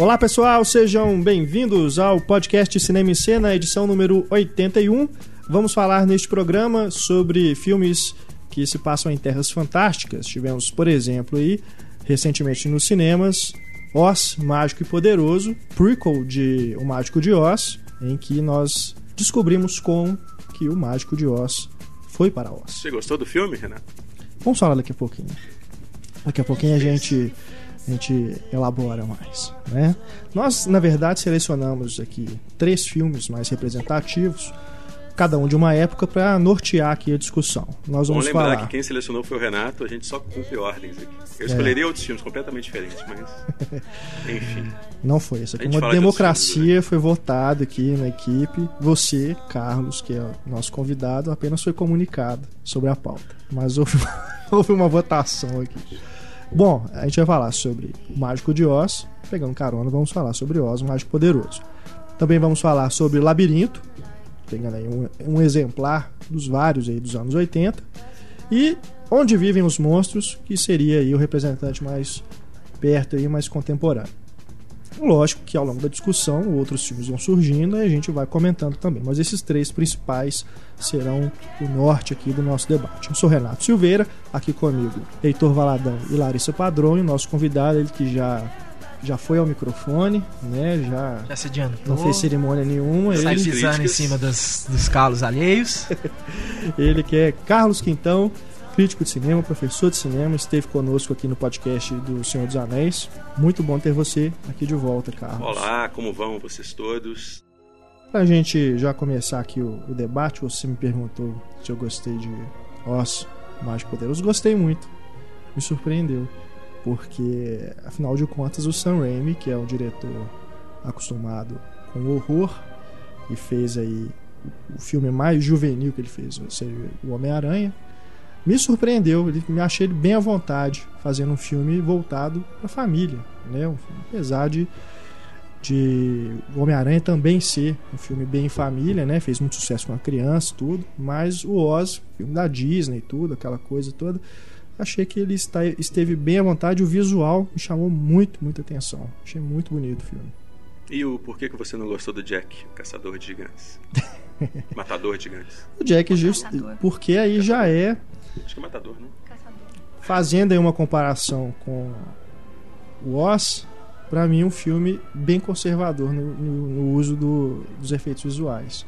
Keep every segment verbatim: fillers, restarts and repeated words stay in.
Olá pessoal, sejam bem-vindos ao podcast Cinema em Cena, edição número oitenta e um. Vamos falar neste programa sobre filmes que se passam em terras fantásticas. Tivemos, por exemplo, aí, recentemente nos cinemas, Oz, Mágico e Poderoso, prequel de O Mágico de Oz, em que nós descobrimos como que o Mágico de Oz foi para Oz. Você gostou do filme, Renato? Vamos falar daqui a pouquinho. Daqui a pouquinho a gente... a gente elabora mais, né? Nós, na verdade, selecionamos aqui três filmes mais representativos, cada um de uma época, para nortear aqui a discussão. Nós vamos Vamos lembrar falar... que quem selecionou foi o Renato, a gente só cumpre ordens aqui. Eu escolheria é. outros filmes completamente diferentes, mas... enfim. Não foi isso aqui. Uma democracia filmes, né? Foi votado aqui na equipe. Você, Carlos, que é o nosso convidado, apenas foi comunicado sobre a pauta. Mas houve uma, houve uma votação aqui. Bom, a gente vai falar sobre o Mágico de Oz. Pegando carona, vamos falar sobre Oz, o Mágico Poderoso. Também vamos falar sobre Labirinto, pegando aí um, um exemplar dos vários aí dos anos oitenta. E Onde Vivem os Monstros, que seria aí o representante mais perto e mais contemporâneo. Lógico que ao longo da discussão outros filmes vão surgindo e a gente vai comentando também, mas esses três principais serão o norte aqui do nosso debate. Eu sou Renato Silveira, aqui comigo Heitor Valadão e Larissa Padrão, e o nosso convidado, ele que já, já foi ao microfone, né? Já, já se adiantou, não fez cerimônia nenhuma. Sai ele pisando em cima dos, dos calos alheios. Ele que é Carlos Quintão, crítico de cinema, professor de cinema, esteve conosco aqui no podcast do Senhor dos Anéis. Muito bom ter você aqui de volta, Carlos. Olá, como vão vocês todos? Pra gente já começar aqui o, o debate, você me perguntou se eu gostei de Oz, Mágico Poderoso. Gostei muito, me surpreendeu, porque afinal de contas o Sam Raimi, que é um diretor acostumado com o horror e fez aí o filme mais juvenil que ele fez, ou seja, o Homem-Aranha, me surpreendeu, ele, me achei ele bem à vontade fazendo um filme voltado para a família, né? Um filme, apesar de, de o Homem-Aranha também ser um filme bem família, né? Fez muito sucesso com a criança, tudo, mas o Oz, filme da Disney, tudo, aquela coisa toda, achei que ele está, esteve bem à vontade. O visual me chamou muito, muita atenção, achei muito bonito o filme. E o porquê que você não gostou do Jack, o caçador de gigantes? Matador de gigantes. O Jack, just, porque aí caçador. já é... Acho que é matador, né? Fazendo aí uma comparação com o Oz, pra mim um filme bem conservador no, no, no uso do, dos efeitos visuais.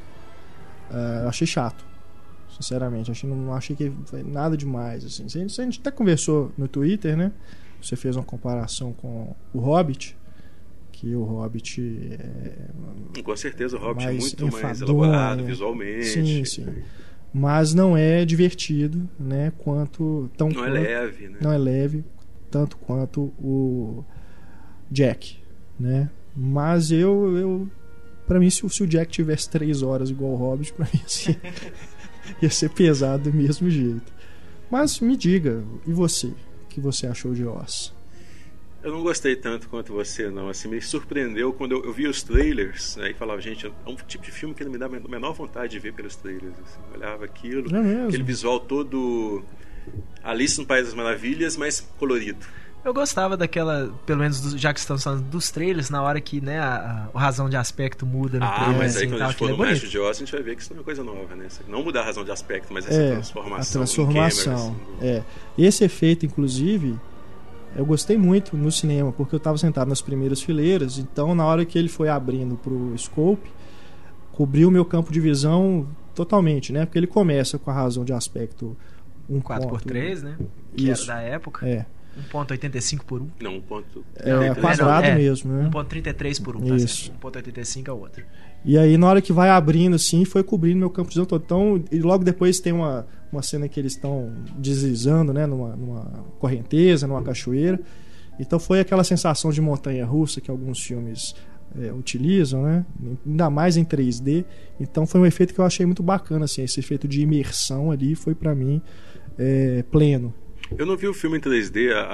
Uh, achei chato, sinceramente. Achei, não, não achei que foi nada demais. Assim. A gente, a gente até conversou no Twitter, né? Você fez uma comparação com o Hobbit, que o Hobbit é... Com certeza o Hobbit é muito enfadonho, mais elaborado visualmente. Sim, sim. Mas não é divertido, né? Quanto tão não quanto, é leve, né? Não é leve tanto quanto o Jack, né? Mas eu, eu para mim, se, se o Jack tivesse três horas igual o Hobbit, para mim assim, ia ser pesado do mesmo jeito. Mas me diga, e você? O que você achou de Oz? Eu não gostei tanto quanto você, não. Assim, me surpreendeu quando eu, eu vi os trailers, né, e falava, gente, é um tipo de filme que não me dá a menor vontade de ver pelos trailers. Assim. Eu olhava aquilo, é aquele visual todo Alice no País das Maravilhas, mas colorido. Eu gostava daquela, pelo menos do, já que estamos falando dos trailers, na hora que, né, a, a razão de aspecto muda no Ah, trailer, mas aí assim, quando tal, a gente for no é Mágico de Oz, a gente vai ver que isso não é uma coisa nova, né? Não mudar a razão de aspecto, mas essa é, transformação. A transformação, camera, assim, do... é. Esse efeito, inclusive... Eu gostei muito no cinema, porque eu estava sentado nas primeiras fileiras, então na hora que ele foi abrindo pro scope, cobriu o meu campo de visão totalmente, né? Porque ele começa com a razão de aspecto um quatro por três, né? Que Isso. era da época. É. um ponto oitenta e cinco por um. Não, um ponto... É, é quadrado é, mesmo, né? um ponto trinta e três por um, tá Isso. certo? um ponto oitenta e cinco é o outro. E aí na hora que vai abrindo assim, foi cobrindo meu campo de visão todo. Então, e logo depois tem uma, uma cena que eles estão deslizando, né? Numa, numa correnteza, numa cachoeira. Então foi aquela sensação de montanha-russa que alguns filmes é, utilizam, né? Ainda mais em três D. Então foi um efeito que eu achei muito bacana, assim, esse efeito de imersão ali foi pra mim é, pleno. Eu não vi o filme em três D, aquela,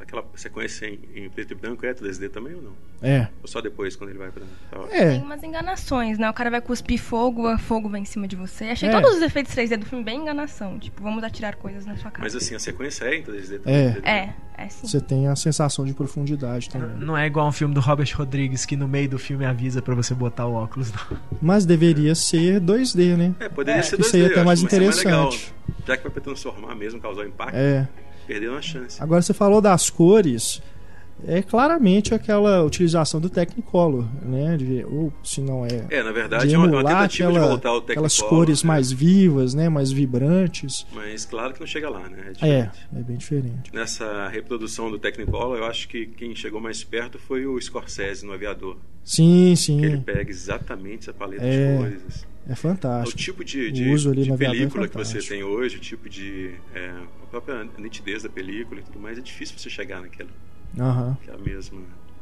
aquela sequência em, em preto e branco é três D também ou não? É. Ou só depois, quando ele vai pra... É. Tem umas enganações, né? O cara vai cuspir fogo, o fogo vai em cima de você. Achei É. todos os efeitos três D do filme bem enganação. Tipo, vamos atirar coisas na sua cara. Mas assim, a sequência é em três D também? É. É, é sim. Você tem a sensação de profundidade também. Não é igual um filme do Robert Rodrigues que no meio do filme avisa pra você botar o óculos, não. Mas deveria ser dois D, né? É, poderia É, ser isso dois aí D. é até eu mais acho que vai ser mais interessante. legal. Já que vai pra transformar mesmo, causar impacto, É. perderam a chance. Agora você falou das cores, é claramente aquela utilização do Technicolor, né? De, ou se não é, É, na verdade, de é uma, uma emular tentativa aquela, de voltar ao Technicolor. aquelas cores né? mais vivas, né? Mais vibrantes. Mas claro que não chega lá, né? É É, diferente. é bem diferente. Nessa reprodução do Technicolor, eu acho que quem chegou mais perto foi o Scorsese no Aviador. Sim, Que ele sim. pega exatamente essa paleta É. de cores. assim. É O fantástico. tipo de, O de, uso ali de no aviador é película que você fantástico. tem hoje, o tipo de... É, a própria nitidez da película e tudo mais, é difícil você chegar naquela, Aham, naquela mesma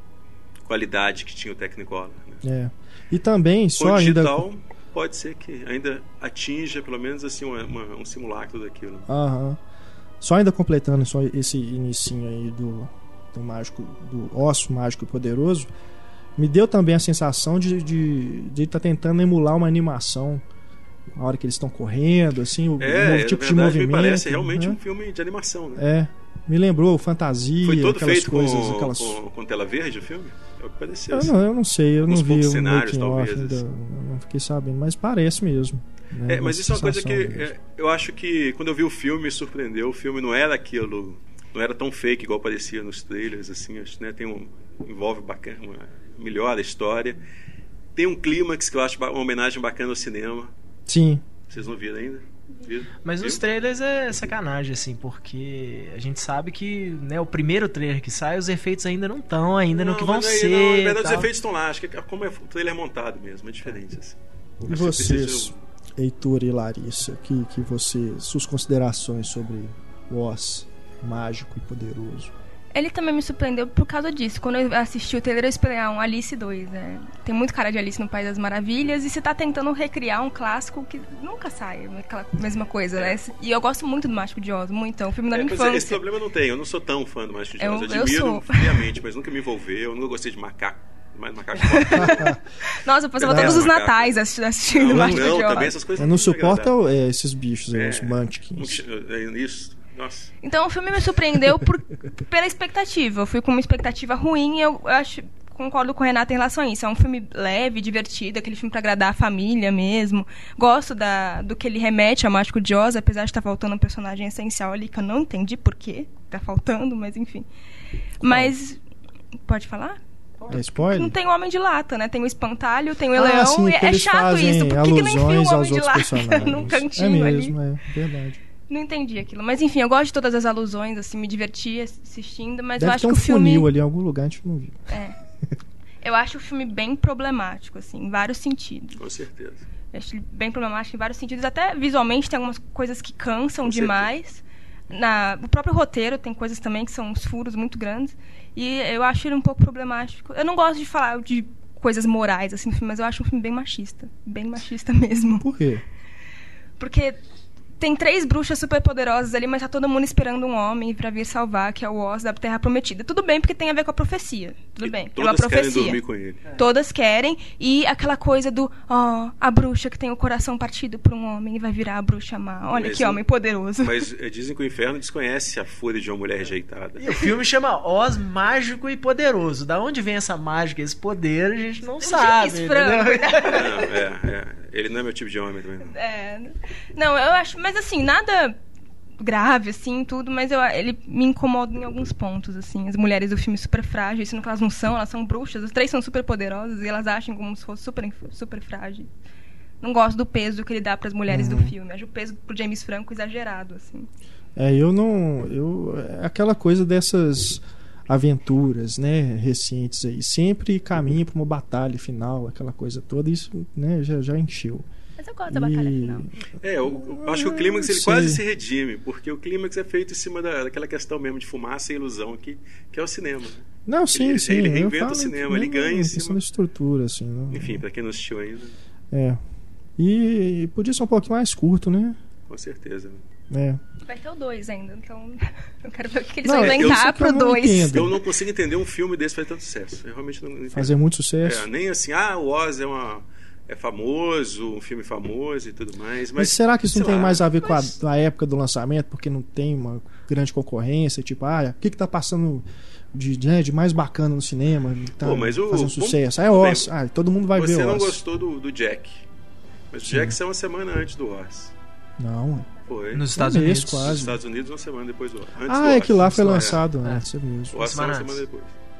qualidade que tinha o Technicolor. Né? é. E também, Com só o ainda... digital, pode ser que ainda atinja pelo menos assim uma, uma, um simulacro daquilo. Aham. Só ainda completando só esse inicinho aí do, do mágico, do Osso Mágico e Poderoso, me deu também a sensação de de de estar tentando emular uma animação na hora que eles estão correndo, assim, o, É, o tipo na de verdade, movimento. me parece realmente né? um filme de animação, né? É, me lembrou fantasia, Foi todo aquelas feito coisas, com, aquelas... com, com tela verde o filme? É o que pareceu. Eu assim. não, eu não sei, eu Alguns não vi poucos o cenários, making of talvez, ainda, assim. eu não fiquei sabendo, mas parece mesmo. Né? É, mas Essa isso é uma coisa que sensação mesmo. é, eu acho que quando eu vi o filme me surpreendeu. O filme não era aquilo, não era tão fake igual parecia nos trailers, assim. Acho, né, tem um, envolve bacana, uma, melhor a história. Tem um clímax que eu acho uma homenagem bacana ao cinema. Sim. Vocês não viram ainda? Viram? Mas Viu? os trailers é sacanagem, assim, porque a gente sabe que, né, o primeiro trailer que sai, os efeitos ainda não estão ainda no que vão mas aí, ser. Não, na verdade, os tal. efeitos estão lá. Acho que é como é o trailer montado mesmo, é diferente. Assim. E vocês, Heitor e Larissa, que, que você, suas considerações sobre o Oz Mágico e Poderoso? Ele também me surpreendeu por causa disso. Quando eu assisti o trailer, eu esperei ah, um Alice dois, né? Tem muito cara de Alice no País das Maravilhas e você tá tentando recriar um clássico que nunca sai, aquela mesma coisa, né? E eu gosto muito do Mágico de Oz, muito. É um filme da É, minha mas esse infância. problema eu não tenho. Eu não sou tão fã do Mágico de Eu- Oz. Eu eu admiro sou. friamente, mas nunca me envolveu. Eu nunca gostei de macaco. Mais macaco. Nossa, eu passava Não, todos os macaco. natais assisti- assistindo Não, Mágico não, de Oz. também essas coisas Eu não me agradam. suporto é, esses bichos aí, É. os Munchkins. É isso. Nossa. Então o filme me surpreendeu por, pela expectativa. Eu fui com uma expectativa ruim e eu, eu acho, concordo com o Renato em relação a isso. É um filme leve, divertido, aquele filme pra agradar a família mesmo. Gosto da, do que ele remete a Mágico de Oz, apesar de estar faltando um personagem essencial ali que eu não entendi por que tá faltando, mas enfim. Mas. Pode falar? É spoiler? Não tem o Homem de Lata, né? Tem o Espantalho, tem o Ah, Leão. sim, e porque é eles chato fazem isso. Por que, que não enfia o alusões Homem aos de outros Lata personagens. num cantinho é ali? mesmo, é verdade. Não entendi aquilo. Mas enfim, eu gosto de todas as alusões, assim, me diverti assistindo, mas Deve eu acho ter um que o filme. funil ali em algum lugar, a gente não viu. É. Eu acho o filme bem problemático, assim, em vários sentidos. Com certeza. Eu acho ele bem problemático em vários sentidos. Até visualmente tem algumas coisas que cansam Com demais. Na, o próprio roteiro tem coisas também que são uns furos muito grandes. E eu acho ele um pouco problemático. Eu não gosto de falar de coisas morais, assim, no filme, mas eu acho um filme bem machista. Bem machista mesmo. Por quê? Porque tem três bruxas super poderosas ali, mas tá todo mundo esperando um homem pra vir salvar, que é o Oz da Terra Prometida. Tudo bem, porque tem a ver com a profecia. Tudo E bem, é todas uma profecia. querem dormir com ele. Todas querem. E aquela coisa do, ó, a bruxa que tem o coração partido por um homem e vai virar a bruxa má. Olha Mas que eu- homem poderoso. Mas é, dizem que o inferno desconhece a fúria de uma mulher rejeitada. E o filme chama Oz Mágico e Poderoso. Da onde vem essa mágica, esse poder, a gente não sabe. James Franco. entendeu? Não, é, é. Ele não é meu tipo de homem também, não. É, não, eu acho, mas assim, nada grave, assim, tudo, mas eu, ele me incomoda em alguns pontos, assim. As mulheres do filme super frágeis, sendo que elas não são, elas são bruxas, as três são super poderosas e elas acham como se fossem super, super frágeis. Não gosto do peso que ele dá para as mulheres Uhum. do filme. Acho o peso pro James Franco exagerado, assim. É, eu não. Eu, é aquela coisa dessas aventuras, né, recentes aí. Sempre caminha para uma batalha final, aquela coisa toda. Isso, né, já, já encheu. Mas eu gosto da batalha E- final. É, eu, eu acho que o clímax ele Sei. quase se redime, porque o clímax é feito em cima da, daquela questão mesmo de fumaça e ilusão que, que é o cinema. Não, sim, Ele- sim. ele eu reinventa falo o cinema, que ele não, ganha em questão cima. da estrutura, assim. Não, Enfim, pra quem não assistiu ainda, É. E podia ser um pouquinho mais curto, né? com certeza. É. Vai ter o dois ainda, então eu quero ver o que eles Não, vão eu- inventar eu pro não dois. entendo. Eu não consigo entender um filme desse fazer tanto sucesso. Eu realmente não entendo. Fazer muito sucesso. É, nem assim, ah, o Oz é, uma, é famoso, um filme famoso e tudo mais. Mas, Mas será que isso não sei tem lá, mais a ver com a, mas- a época do lançamento? Porque não tem uma grande concorrência? Tipo, ah, o que que tá passando de, de, né, de mais bacana no cinema? Que tá Pô, mas o- fazendo vamos- sucesso? É tudo bem. Oz. Ah, todo mundo vai Você ver não Oz. gostou do, do Jack. Mas o Sim. Jack saiu uma semana antes do Oz. Não. Foi. Nos Nos Estados Um mês, Unidos. quase. Estados Unidos, uma semana depois do Oz. Antes do Ah, é Oz. que lá foi É. lançado É. antes, é mesmo. O Oz saiu uma Semana semana antes. depois.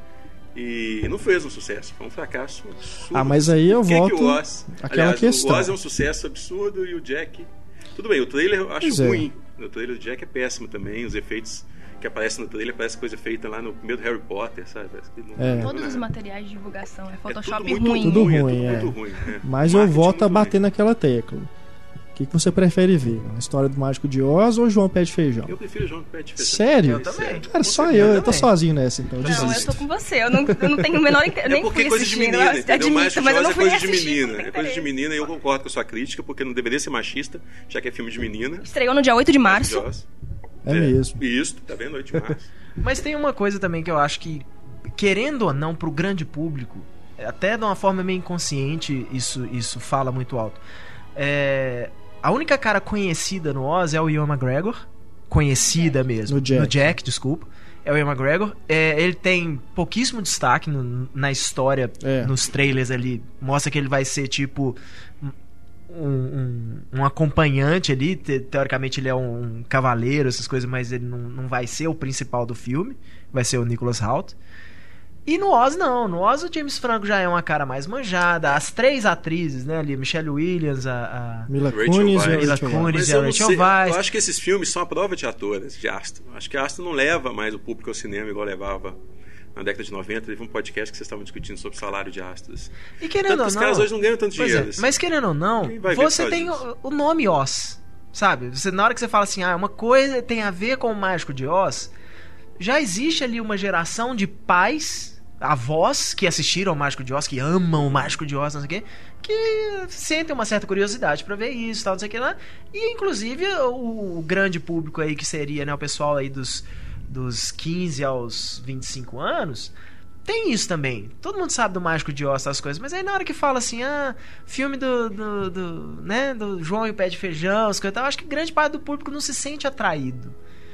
E não fez um sucesso. Foi um fracasso absurdo. Ah, mas aí eu Por que que volto o Oz? àquela Aliás, questão. O Oz é um sucesso absurdo e o Jack... Tudo bem, o trailer eu acho Pois é. ruim. O trailer do Jack é péssimo também. Os efeitos que aparecem no trailer parecem coisa feita lá no primeiro Harry Potter, sabe? Parece que não- É. não- Todos não- os materiais de divulgação, é é Photoshop tudo muito ruim. Tudo ruim, é ruim, tudo é. muito ruim. é. Mas eu Marketing volto a muito bater ruim. naquela tecla. O que, que você prefere ver? A história do Mágico de Oz ou João Pé de Feijão? Eu prefiro João Pé de Feijão. Sério? Eu também. Cara, só Com eu, eu certeza tô também. sozinho nessa, então. eu Não, eu desisto. tô com você. Eu não, eu não tenho o menor interesse. É Nem porque é fui coisa de assistir, menina, eu entendeu? admito, Mágico de mas eu Oz não é fui coisa de assistir, menina. não tem É coisa de interesse. menina e eu concordo com a sua crítica, porque não deveria ser machista, já que é filme de menina. Estreou no dia oito de Mágico de março. Oz. É mesmo. Isso, tá vendo? oito de março. Mas tem uma coisa também que eu acho que, querendo ou não, pro grande público, até de uma forma meio inconsciente, isso, isso fala muito alto. É, a única cara conhecida no Oz é o Ewan McGregor. Conhecida mesmo. No Jack. No Jack, desculpa. É o Ewan McGregor. É, ele tem pouquíssimo destaque no- na história, É. nos trailers ali. Mostra que ele vai ser tipo um, um, um acompanhante ali. Te- teoricamente ele é um, um cavaleiro, essas coisas, mas ele não, não vai ser o principal do filme. Vai ser o Nicholas Hoult. E no Oz não, no Oz o James Franco já é uma cara mais manjada. As três atrizes, né, ali, Michelle Williams, a, a Mila Rachel Kunis e Weisz. a Mila Rachel Kunis. Weisz. e a eu não Rachel sei, Weisz. eu acho que esses filmes são a prova de atores, de Astro. Acho que a Astro não leva mais o público ao cinema igual levava na década de noventa. Teve um podcast que vocês estavam discutindo sobre o salário de Astros. E querendo Tanto que ou os não, caras hoje não ganham tanto pois dinheiro. é, assim. mas querendo ou não, Quem vai ver você por causa tem disso? o, o nome Oz, sabe? Você, na hora que você fala assim, ah, uma coisa tem a ver com o Mágico de Oz, já existe ali uma geração de pais, avós que assistiram ao Mágico de Oz, que amam o Mágico de Oz, não sei o quê, que sentem uma certa curiosidade pra ver isso, tal, não sei o que lá. E inclusive o, o grande público aí que seria, né, o pessoal aí dos, dos quinze aos vinte e cinco anos, tem isso também. Todo mundo sabe do Mágico de Oz, essas coisas. Mas aí na hora que fala assim, ah, filme do, do, do, né, do João e o Pé de Feijão, as coisas e tal, acho que grande parte do público não se sente atraído.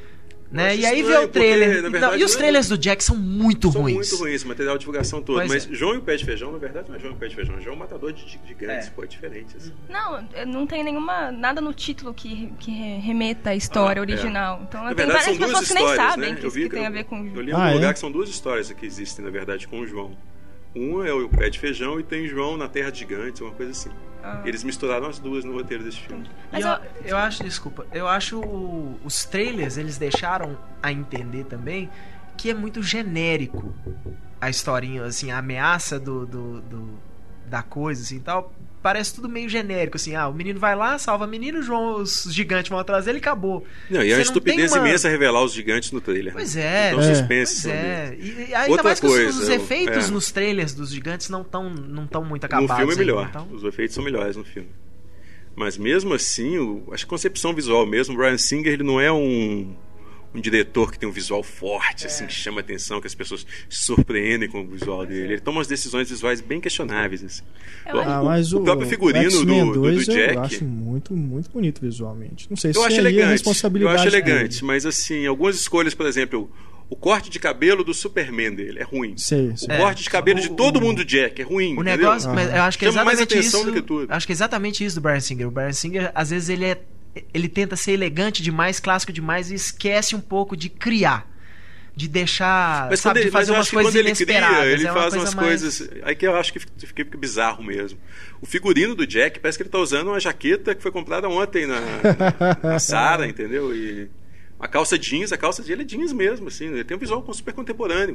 Né? acho E aí vê estranho, o trailer. porque, na Não, verdade, e os não é- trailers do Jack são muito São ruins. muito ruins, esse material de divulgação todo. Pois Mas é. João e o Pé de Feijão, na verdade, não é João e o Pé de Feijão. João é um matador de de gigantes, É. pô, é diferente. Assim. Não, não tem nenhuma nada no título que, que remeta à história Ah, é. original. Então Na tem verdade, são várias duas pessoas que nem histórias, sabem né? que Eu isso vi que que tem eu- a ver com Eu li em Ah, algum é? lugar que são duas histórias que existem, na verdade, com o João. Um é o Pé de Feijão e tem João na Terra de Gigantes, uma coisa assim. Ah. Eles misturaram as duas no roteiro desse filme. Mas E eu, eu- eu acho, desculpa, eu acho o- os trailers, eles deixaram a entender também que é muito genérico a historinha, assim, a ameaça do, do, do- da coisa, assim, tal. Parece tudo meio genérico, assim, ah, o menino vai lá, salva o menino, o João, os gigantes vão atrás dele e acabou. Não, e é Você uma não tem estupidez uma- imensa revelar os gigantes no trailer. Pois né? é, Então, É. suspense. Pois são é. mesmo. E, e ainda Outra mais que os- coisa, os, eu- efeitos é. nos trailers dos gigantes não estão não tão muito No acabados. filme é ainda, melhor. então. Os efeitos são melhores no filme. Mas mesmo assim, o, acho que a concepção visual mesmo, o Bryan Singer, ele não é um, um diretor que tem um visual forte, assim, que chama atenção, que as pessoas se surpreendem com o visual dele. Ele toma umas decisões visuais bem questionáveis. Assim. Eu acho- Ah, mas o, próprio figurino do, X-Men do, do dois Jack. eu acho muito, muito bonito visualmente. Não sei Eu se acho aí é elegante. Eu responsabilidade acho dele. elegante, mas assim, algumas escolhas, por exemplo, o corte de cabelo do Superman dele é ruim. Sei, O sei. É. corte de cabelo de O- todo o- mundo do Jack é ruim. O entendeu? negócio, Aham. mas eu acho que é Chama mais exatamente atenção isso. do que tudo. Acho que é exatamente isso do Bryan Singer. O Bryan Singer, às vezes ele é ele tenta ser elegante demais, clássico demais e esquece um pouco de criar, de deixar, Mas, sabe, quando ele, de fazer mas eu umas acho que coisas quando ele cria, inesperadas. ele é uma faz coisa umas mais... coisas. Aí que eu acho que fica, fica- fica bizarro mesmo. O figurino do Jack parece que ele tá usando uma jaqueta que foi comprada ontem na, na, na Zara, entendeu? E a calça jeans, a calça dele é jeans mesmo, assim. Ele tem um visual super contemporâneo.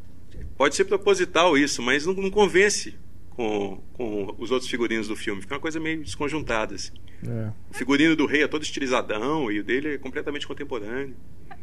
Pode ser proposital isso, mas não, não convence com, com os outros figurinos do filme. Fica uma coisa meio desconjuntada, assim. É. O figurino do rei é todo estilizadão e o dele é completamente contemporâneo.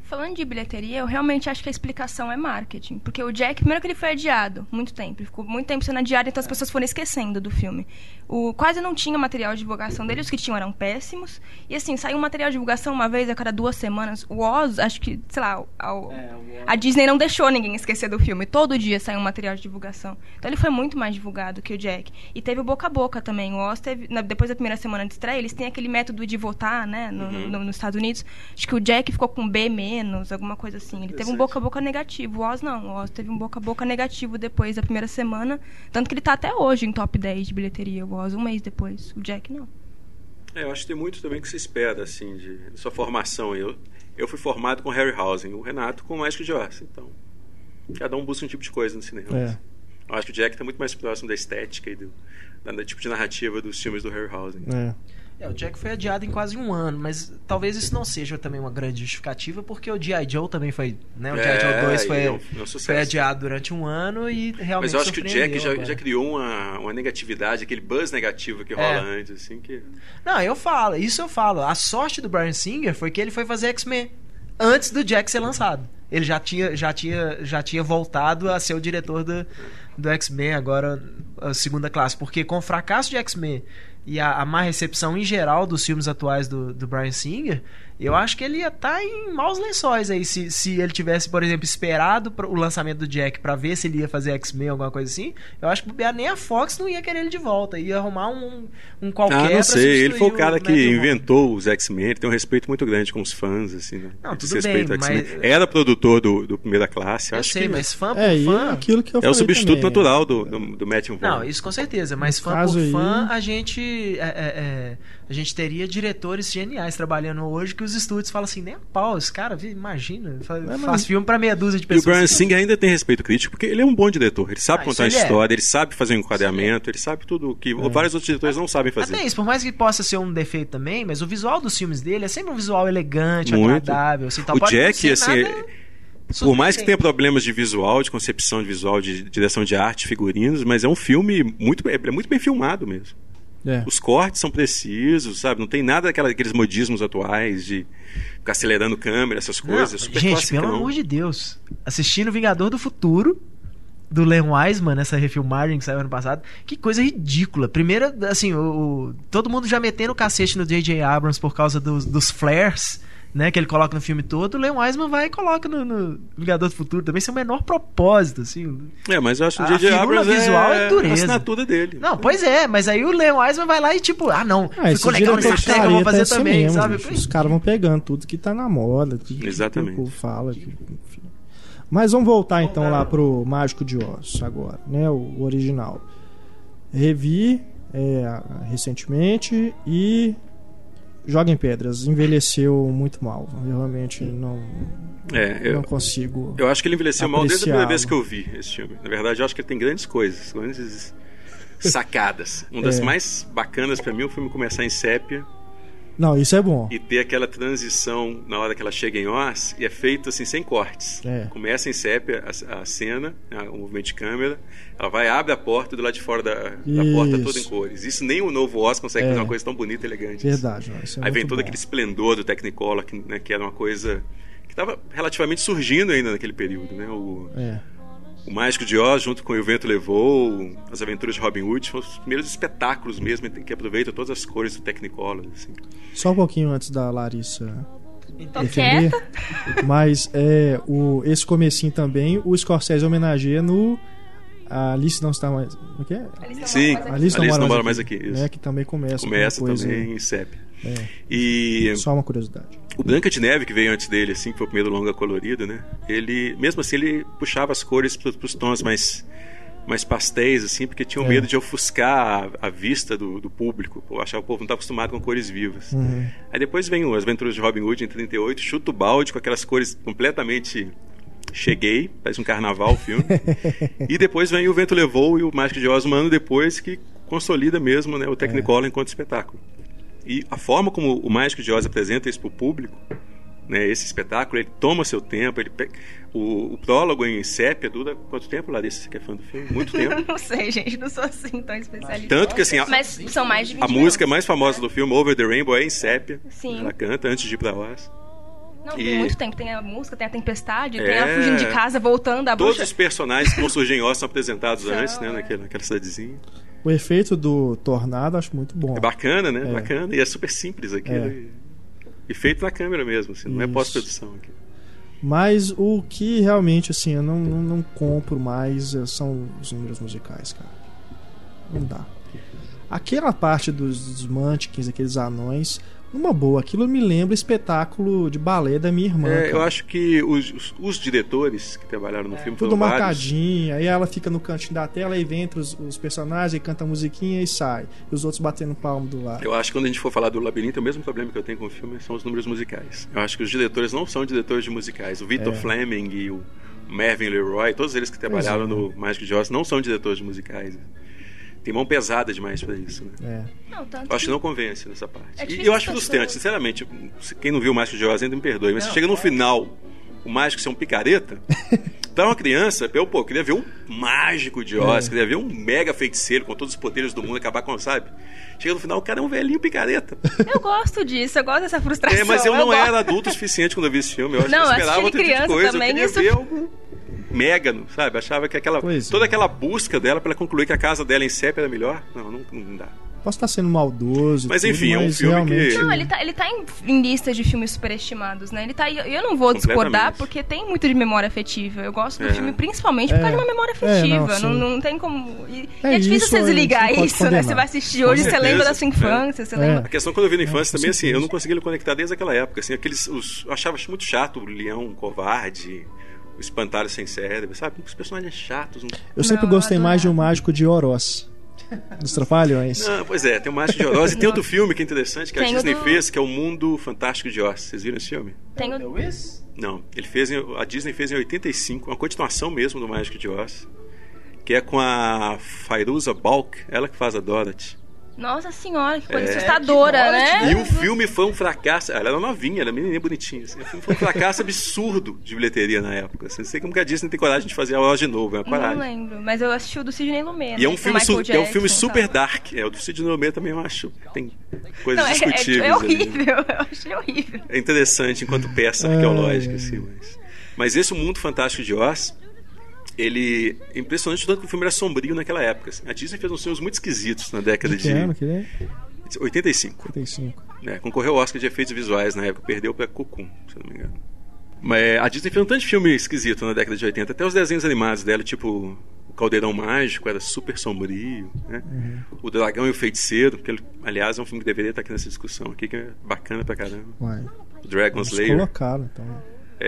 Falando de bilheteria, eu realmente acho que a explicação é marketing. Porque o Jack, primeiro que ele foi adiado, muito tempo. Ele ficou muito tempo sendo adiado, então as pessoas foram esquecendo do filme. O, quase não tinha material de divulgação dele, os que tinham eram péssimos. E assim, saiu um material de divulgação uma vez a cada duas semanas. O Oz, acho que, sei lá, a, a Disney não deixou ninguém esquecer do filme. Todo dia saiu um material de divulgação. Então ele foi muito mais divulgado que o Jack. E teve o boca a boca também. O Oz teve, na, depois da primeira semana de estreia, eles têm aquele método de votar, né, no, uhum. no, nos Estados Unidos. Acho que o Jack ficou com B menos, alguma coisa assim. Ele teve um boca a boca negativo. O Oz não. O Oz teve um boca a boca negativo depois da primeira semana. Tanto que ele tá até hoje em top dez de bilheteria. O Oz um mês depois. O Jack não. É, eu acho que tem muito também que se espera, assim, de, de sua formação. Eu, eu fui formado com Harryhausen, o Renato com o Mágico de Oz. Então, cada um busca um tipo de coisa no cinema. É. Eu acho que o Jack tá muito mais próximo da estética e do, da, da tipo de narrativa dos filmes do Harryhausen. É. É, o Jack foi adiado em quase um ano, mas talvez isso não seja também uma grande justificativa, porque o G I. Joe também foi, né? O é, G I. Joe dois foi, é um, é um foi adiado durante um ano e realmente Mas eu acho que o Jack já, agora. já criou uma, uma negatividade, aquele buzz negativo que rola é. antes, assim, que... Não, eu falo, isso eu falo. A sorte do Bryan Singer foi que ele foi fazer X-Men antes do Jack ser lançado. Ele já tinha, já tinha, já tinha voltado a ser o diretor do, do X-Men, agora a segunda classe, porque com o fracasso de X-Men e a, a má recepção em geral dos filmes atuais do, do Bryan Singer, eu acho que ele ia estar em maus lençóis aí, se, se ele tivesse, por exemplo, esperado o lançamento do Jack pra ver se ele ia fazer X-Men, alguma coisa assim. Eu acho que nem a Fox não ia querer ele de volta, ia arrumar um, um qualquer ah, não sei, ele foi o cara o que inventou os X-Men, ele tem um respeito muito grande com os fãs, assim, né? Não, tudo bem, mas... Era produtor do, do Primeira Classe, eu acho sei, que... mas fã por é, fã... aquilo que eu é o substituto também. natural do, do, do Matthew Vaughn. Não, isso com certeza, mas no fã por aí... fã, a gente... É, é, é, a gente teria diretores geniais trabalhando hoje que os estúdios falam assim, nem a pau, esse cara, imagina, faz, é, faz filme pra meia dúzia de pessoas. E o Bryan Singer ainda tem respeito crítico, porque ele é um bom diretor, ele sabe ah, contar a história, é. ele sabe fazer um enquadramento, ele, ele sabe tudo que é. vários outros diretores não sabem fazer. Até isso, por mais que possa ser um defeito também, mas o visual dos filmes dele é sempre um visual elegante, muito. agradável. Assim, tal, o Jack, assim... Nada... Por mais que tenha problemas de visual, de concepção de visual, de direção de arte, figurinos, mas é um filme muito, é muito bem filmado mesmo. É. Os cortes são precisos, sabe? Não tem nada daquela, daqueles modismos atuais de ficar acelerando câmera, essas coisas. Não, gente, pelo não. amor de Deus. Assistindo Vingador do Futuro, do Len Wiseman, nessa refilmagem que saiu ano passado, que coisa ridícula. Primeiro, assim, o, o, todo mundo já metendo o cacete no J J Abrams por causa dos, dos flares, né, que ele coloca no filme todo. O Len Wiseman vai e coloca no, no Vingador do Futuro também, sem o menor propósito, assim. É, mas eu acho que o J J Abrams visual é, é dureza. A assinatura dele. Não, pois é, mas aí o Len Wiseman vai lá e tipo, ah não, ah, ficou legal nessa técnica, vamos fazer assim também, mesmo, sabe? Gente, os caras vão pegando tudo que tá na moda, tudo exatamente. que o povo fala, que, enfim. Mas vamos voltar então lá pro Mágico de Oz agora, né, o original. Revi é, recentemente e Joga em Pedras, envelheceu muito mal. Eu realmente não, é, eu, não consigo. Eu acho que ele envelheceu mal desde a primeira vez que eu vi esse filme. Na verdade, eu acho que ele tem grandes coisas, grandes sacadas. Uma das é. mais bacanas pra mim é o filme começar em sépia. Não, isso é bom. E ter aquela transição na hora que ela chega em Oz e é feito assim, sem cortes. É. Começa em sépia a, a cena, o movimento de câmera, ela vai, abre a porta e do lado de fora da, da porta toda em cores. Isso nem o novo Oz consegue é. fazer uma coisa tão bonita e elegante. Verdade. Não, isso é Aí vem todo bom. aquele esplendor do Technicolor, que, né, que era uma coisa que estava relativamente surgindo ainda naquele período. Né? O, é. o Mágico de Oz, junto com O Vento Levou, As Aventuras de Robin Hood, foram os primeiros espetáculos mesmo que aproveitam todas as cores do Technicolor. Assim. Só um pouquinho antes da Larissa Tô defender, mas é, o, esse comecinho também, o Scorsese homenageia no a Alice Não Está Mais... O que é? Sim, a Alice Não, Alice não Mora Mais Aqui, aqui, isso. É, que também começa Começa coisa, também em sépia. É. E só uma curiosidade. O Branca de Neve, que veio antes dele, assim, que foi o primeiro longa colorido, né? Ele, mesmo assim, ele puxava as cores para os tons mais, mais pastéis, assim, porque tinha um é. medo de ofuscar a, a vista do, do público. Eu achava que o povo não estava acostumado com cores vivas. Uhum. Aí depois vem o As Aventuras de Robin Hood, em trinta e oito, chuta o balde com aquelas cores completamente... Cheguei, parece um carnaval o filme. E depois vem O Vento Levou e o Mágico de Oz um ano depois, que consolida mesmo, né, o Technicolor é. enquanto espetáculo. E a forma como o Mágico de Oz apresenta isso para o público, né, esse espetáculo, ele toma seu tempo. Ele pe... o, o prólogo em sépia dura quanto tempo, Larissa? Você que é fã do filme? Muito tempo. Não sei, gente, não sou assim tão especialista. Tanto que assim, a, mas são mais de vinte a música mais famosa do filme, Over the Rainbow, é em sépia. Sim. Ela canta antes de ir para Oz. Não, E- tem muito tempo. Tem a música, tem a tempestade, É. tem ela fugindo de casa, voltando, a Todos bruxa. os personagens que vão surgir em Oz são apresentados São, antes, né? é. Naquela, naquela cidadezinha. O efeito do tornado eu acho muito bom. É bacana, né? É. Bacana. E é super simples aqui. É. E, e feito na câmera mesmo, assim, não é Isso. pós-produção aqui. Mas o que realmente, assim, eu não, não, não compro mais eh, são os números musicais, cara. Não dá. Aquela parte dos, dos Munchkins, aqueles anões, numa boa, aquilo me lembra espetáculo de balé da minha irmã. É, cara. eu acho que os, os, os diretores que trabalharam no filme Tudo foram vários. marcadinho, aí ela fica no cantinho da tela e vem entre os, os personagens e canta a musiquinha e sai. E os outros batendo palmo do lado. Eu acho que quando a gente for falar do Labirinto, o mesmo problema que eu tenho com o filme são os números musicais. Eu acho que os diretores não são diretores de musicais. O Victor É. Fleming e o Mervyn LeRoy, todos eles que trabalharam é. no Mágico de Oz, não são diretores de musicais. Tem mão pesada demais pra isso, né? É. Não, tanto Eu acho que que- não convence nessa parte. É e difícil eu acho as frustrante, pessoas- sinceramente. se- Quem não viu o Mágico de Oz ainda me perdoe, mas Não, você chega no pode. final, o mágico ser um picareta, pra uma criança, eu pô, queria ver um mágico de Oz, É. queria ver um mega feiticeiro com todos os poderes do mundo, acabar com, sabe? Chega no final, o cara é um velhinho picareta. Eu gosto disso, eu gosto dessa frustração. É, mas eu não gosto. era adulto o suficiente quando eu vi esse filme. Eu acho Não, que eu eu esperava assisti outro tipo de criança coisa. também, eu queria isso- ver algo mega, sabe? Achava que aquela Pois é. toda aquela busca dela pra ela concluir que a casa dela em Sépia era melhor. Não, não, não dá. Posso estar sendo maldoso. Mas, tudo, enfim, é um mas filme que- realmente... Não, ele tá, ele tá em, em listas de filmes superestimados, né? Ele tá aí, eu não vou discordar Completamente. porque tem muito de memória afetiva. Eu gosto do É. filme principalmente É. por causa de uma memória É, não, afetiva. sim. não, não tem como. E, É e é difícil isso, você a gente desligar não pode isso, né? condenar. Você vai assistir Com hoje, você certeza. lembra da sua infância, você É. lembra. A questão quando eu vi na infância com também, assim, certeza. eu não conseguia conectar desde aquela época. Assim, aqueles, os, eu achava muito chato o leão covarde, o espantalho sem cérebro, sabe? Os personagens chatos. Não... Eu sempre Não, eu gostei mais de um adorava. mágico de Oroz. Dos Trapalhões. Não, pois é, tem o Mágico de Oz. E tem outro filme que é interessante que a Tem o Disney do- fez, que é o Mundo Fantástico de Oz. Vocês viram esse filme? Tem o- The Wiz? Não, ele fez em- a Disney fez em oitenta e cinco, uma continuação mesmo do Mágico de Oz, que é com a Fairuza Balk, ela que faz a Dorothy. Nossa senhora, que coisa É. assustadora, Que né? E o filme foi um fracasso. Ela era novinha, era menininha bonitinha. Assim. O filme foi um fracasso absurdo de bilheteria na época. Assim. Não sei como que a Disney tem coragem de fazer a Oz de novo, é uma Não coragem. lembro, mas eu assisti o do Sidney Lumet. E é né, um com filme, Michael su- é um filme Jackson, super sabe? dark. É, o do Sidney Lumet também eu acho. Tem coisas Não, é, discutíveis. é, é ali. horrível, eu achei horrível. É interessante enquanto peça É, arqueológica, é. assim, mas... Mas esse Mundo Fantástico de Oz, ele... É impressionante o tanto que o filme era sombrio naquela época. assim. A Disney fez uns filmes muito esquisitos na década Que de ano que é? oitenta e cinco. oitenta e cinco. Né? Concorreu ao Oscar de efeitos visuais na época, perdeu pra Cocoon, se eu não me engano. Mas a Disney fez um tanto de filme esquisito na década de oitenta, até os desenhos animados dela, tipo o Caldeirão Mágico, era super sombrio, né? O Dragão e o Feiticeiro, que ele, aliás é um filme que deveria estar aqui nessa discussão aqui, que é bacana pra caramba. Uai. O Dragon Vamos Slayer. colocá-lo, então.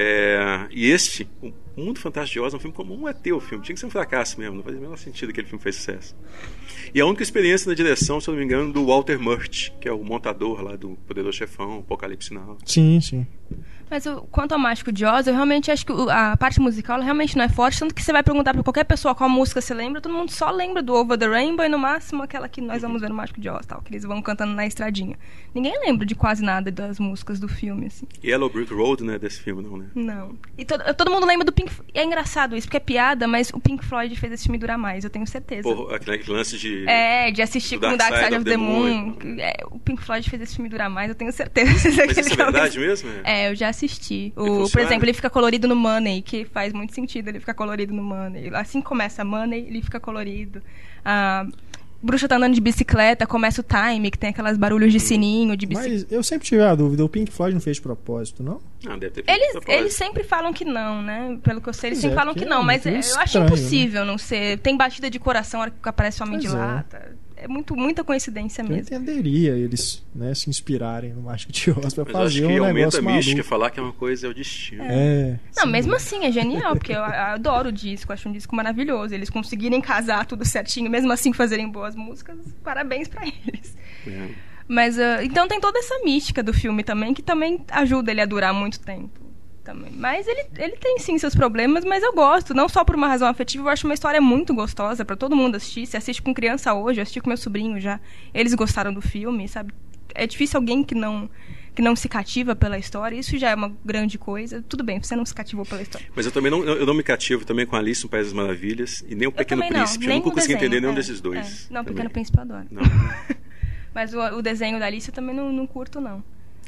É, e este, o Mundo Fantástico de Oz, é um filme como um é teu filme. Tinha que ser um fracasso mesmo, não fazia o menor sentido que aquele filme fez sucesso. E a única experiência na direção, se eu não me engano, do Walter Murch, que é o montador lá do Poderoso Chefão, Apocalipse Now. Sim, sim. Mas o- quanto ao Mágico de Oz, eu realmente acho que o- a parte musical ela realmente não é forte. Tanto que você vai perguntar pra qualquer pessoa qual música você lembra, todo mundo só lembra do Over the Rainbow e no máximo aquela que nós vamos ver no Mágico de Oz, tal, que eles vão cantando na estradinha. Ninguém lembra de quase nada das músicas do filme, assim. Yellow Brick Road, né, desse filme, não, né? Não. E todo, todo mundo lembra do Pink Floyd. É engraçado isso, porque é piada, mas o Pink Floyd fez esse filme durar mais, eu tenho certeza. Porra, aquele aquele lance de... É, de assistir do com o Dark Dark Side Side of the Moon. É, o Pink Floyd fez esse filme durar mais, eu tenho certeza. Mas Aquele isso é que eu- verdade mesmo? É. É, eu já assisti. O, por funciona? exemplo, ele fica colorido no Money, que faz muito sentido ele ficar colorido no Money. Assim que começa Money, ele fica colorido. A bruxa tá andando de bicicleta, começa o Time, que tem aquelas barulhos de sininho, de bicicleta. Mas eu sempre tive a dúvida, o Pink Floyd não fez de propósito, não? Não, deve ter feito Eles, propósito. eles sempre falam que não, né? Pelo que eu sei, eles Pois sempre é, falam porque que não, é mas muito eu acho estranho, né? impossível não ser. Tem batida de coração na hora que aparece o Homem de Pois é. Lata. É muito, muita coincidência Eu mesmo. entenderia eles, né, se inspirarem no Mágico de Oz pra Mas eu acho fazer que um aumenta negócio a mística maluco. falar que é uma coisa é o destino. É. Não, sim. mesmo assim é genial, porque eu, eu adoro o disco, acho um disco maravilhoso. Eles conseguirem casar tudo certinho, mesmo assim fazerem boas músicas, parabéns pra eles. É. Mas, ah, então tem toda essa mística do filme também, que também ajuda ele a durar muito tempo. Também. Mas ele, ele tem sim seus problemas, mas eu gosto, não só por uma razão afetiva, eu acho uma história muito gostosa pra todo mundo assistir. Se assiste com criança hoje, eu assisti com meu sobrinho já, eles gostaram do filme, sabe? É difícil alguém que não, que não se cativa pela história, isso já é uma grande coisa. Tudo bem, você não se cativou pela história. Mas eu também não, eu não me cativo também com Alice no País das Maravilhas e nem o Pequeno também não, Príncipe. Eu nem nunca o consegui desenho, entender nenhum é, desses dois. é. Não, o também. Pequeno Príncipe eu adoro. Não. Mas o, o desenho da Alice eu também não, não curto, não.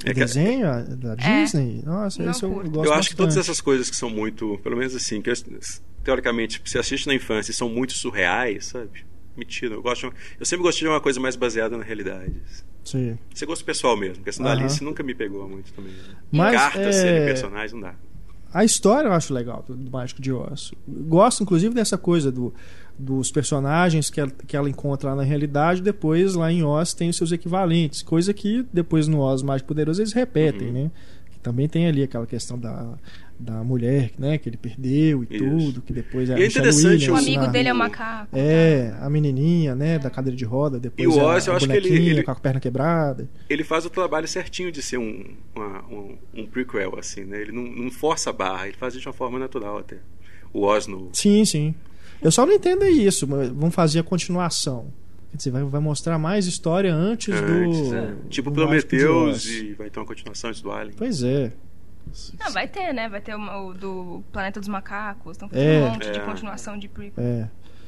É desenho é, da Disney? É. Nossa, isso eu gosto Eu bastante. acho que todas essas coisas que são muito, pelo menos assim, que eu, teoricamente você assiste na infância e são muito surreais, sabe? Mentira, eu gosto. Eu sempre gostei de uma coisa mais baseada na realidade. Sim. Você gosta pessoal mesmo, porque essa da Alice nunca me pegou muito também. Mas, Cartas, é... serem personagens, não dá. A história eu acho legal do Mágico de Oz. Gosto, inclusive, dessa coisa do, dos personagens que ela, que ela encontra lá na realidade, depois lá em Oz tem os seus equivalentes. Coisa que depois no Oz Mágico Poderoso eles repetem, uhum. né? Que também tem ali aquela questão da, da mulher, né? Que ele perdeu e Isso. tudo, que depois é, é interessante. Williams, o amigo na, dele é o macaco. É, a menininha, né? Da cadeira de roda, depois e o Oz, a, a eu acho que ele, ele com a perna quebrada. Ele faz o trabalho certinho de ser um, uma, um, um prequel, assim, né? Ele não, não força a barra, ele faz de uma forma natural até. O Oz no... Sim, sim. Eu só não entendo isso, mas vamos fazer a continuação. Quer dizer, vai, vai mostrar mais história antes, antes do... É. Tipo do Prometheus e vai ter uma continuação antes do Alien. Pois é. Não, vai ter, né? Vai ter o, o do Planeta dos Macacos. Estão fazendo é, um monte é. de continuação de prequel. É.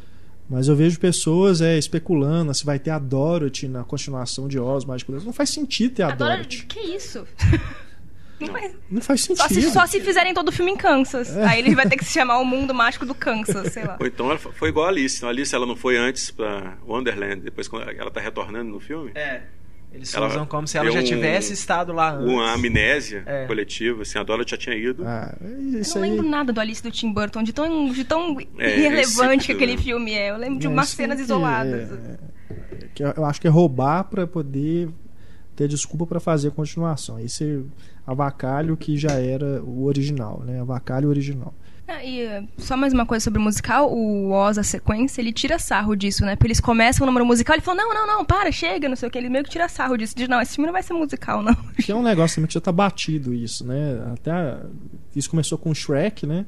Mas eu vejo pessoas é, especulando se vai ter a Dorothy na continuação de Oz Mágico Poderoso. Não faz sentido ter a, a Dorothy. Que isso? Não, não. Faz... não faz sentido. Só se, só se fizerem todo o filme em Kansas. É. Aí ele vai ter que se chamar O Mundo Mágico do Kansas, sei lá. Ou então ela foi igual a Alice. Então, a Alice ela não foi antes pra Wonderland, depois quando ela tá retornando no filme. É. Eles ela usam como se ela já tivesse um, estado lá antes. Uma amnésia é. coletiva, assim, a Dorothy já tinha ido. Ah, isso eu não aí... lembro nada do Alice do Tim Burton, de tão, de tão é, irrelevante que aquele filme é. Eu lembro de é, umas cenas isoladas. É, é, que eu acho que é roubar para poder ter desculpa para fazer a continuação. Esse avacalho o que já era o original, né? Avacalho original. Ah, e só mais uma coisa sobre o musical, o Oz, a sequência, ele tira sarro disso, né? Porque eles começam o número musical, ele fala, não, não, não, para, chega, não sei o que, ele meio que tira sarro disso, diz, não, esse filme não vai ser musical, não. Que é um negócio também que já tá batido isso, né? Até a... isso começou com o Shrek, né?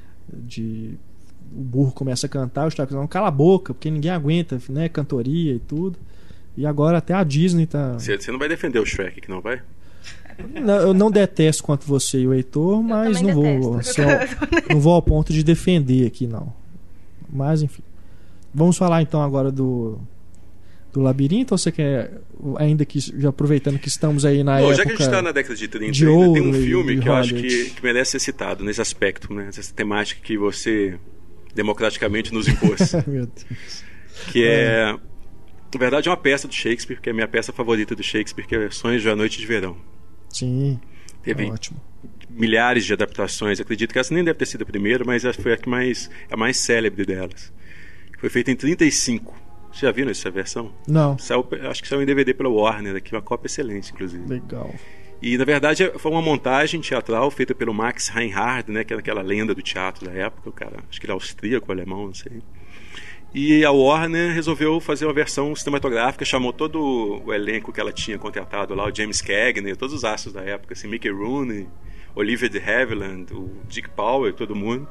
De... o burro começa a cantar, o Shrek não, cala a boca, porque ninguém aguenta, né? Cantoria e tudo. E agora até a Disney tá... Você, você não vai defender o Shrek, que não vai? Não, eu não detesto quanto você e o Heitor, mas não vou, só, não vou ao ponto de defender aqui, não. Mas, enfim. Vamos falar então agora do, do Labirinto, ou você quer, ainda que, já aproveitando que estamos aí na Bom, época... Já que a gente está na década de trinta, de ainda, ouro tem um filme e, que e eu acho que, que merece ser citado nesse aspecto, né? Essa temática que você democraticamente nos impôs. Meu Deus. Que é, na verdade, é uma peça do Shakespeare, que é a minha peça favorita do Shakespeare, que é Sonhos de uma Noite de Verão. Sim, teve ótimo. milhares de adaptações. Acredito que essa nem deve ter sido a primeira, mas essa foi a que mais, a mais célebre delas. Foi feita em trinta e cinco. Você já viu essa versão? Não. Saiu, acho que saiu em D V D pela Warner, aqui uma cópia excelente, inclusive. Legal. E na verdade foi uma montagem teatral feita pelo Max Reinhardt, né, que era aquela lenda do teatro da época, o cara, acho que ele é austríaco, alemão, não sei. E a Warner resolveu fazer uma versão cinematográfica, chamou todo o elenco que ela tinha contratado lá, o James Cagney, todos os astros da época, assim, Mickey Rooney, Olivia de Havilland, o Dick Powell, todo mundo.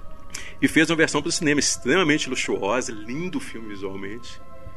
E fez uma versão para o cinema extremamente luxuosa, lindo filme visualmente.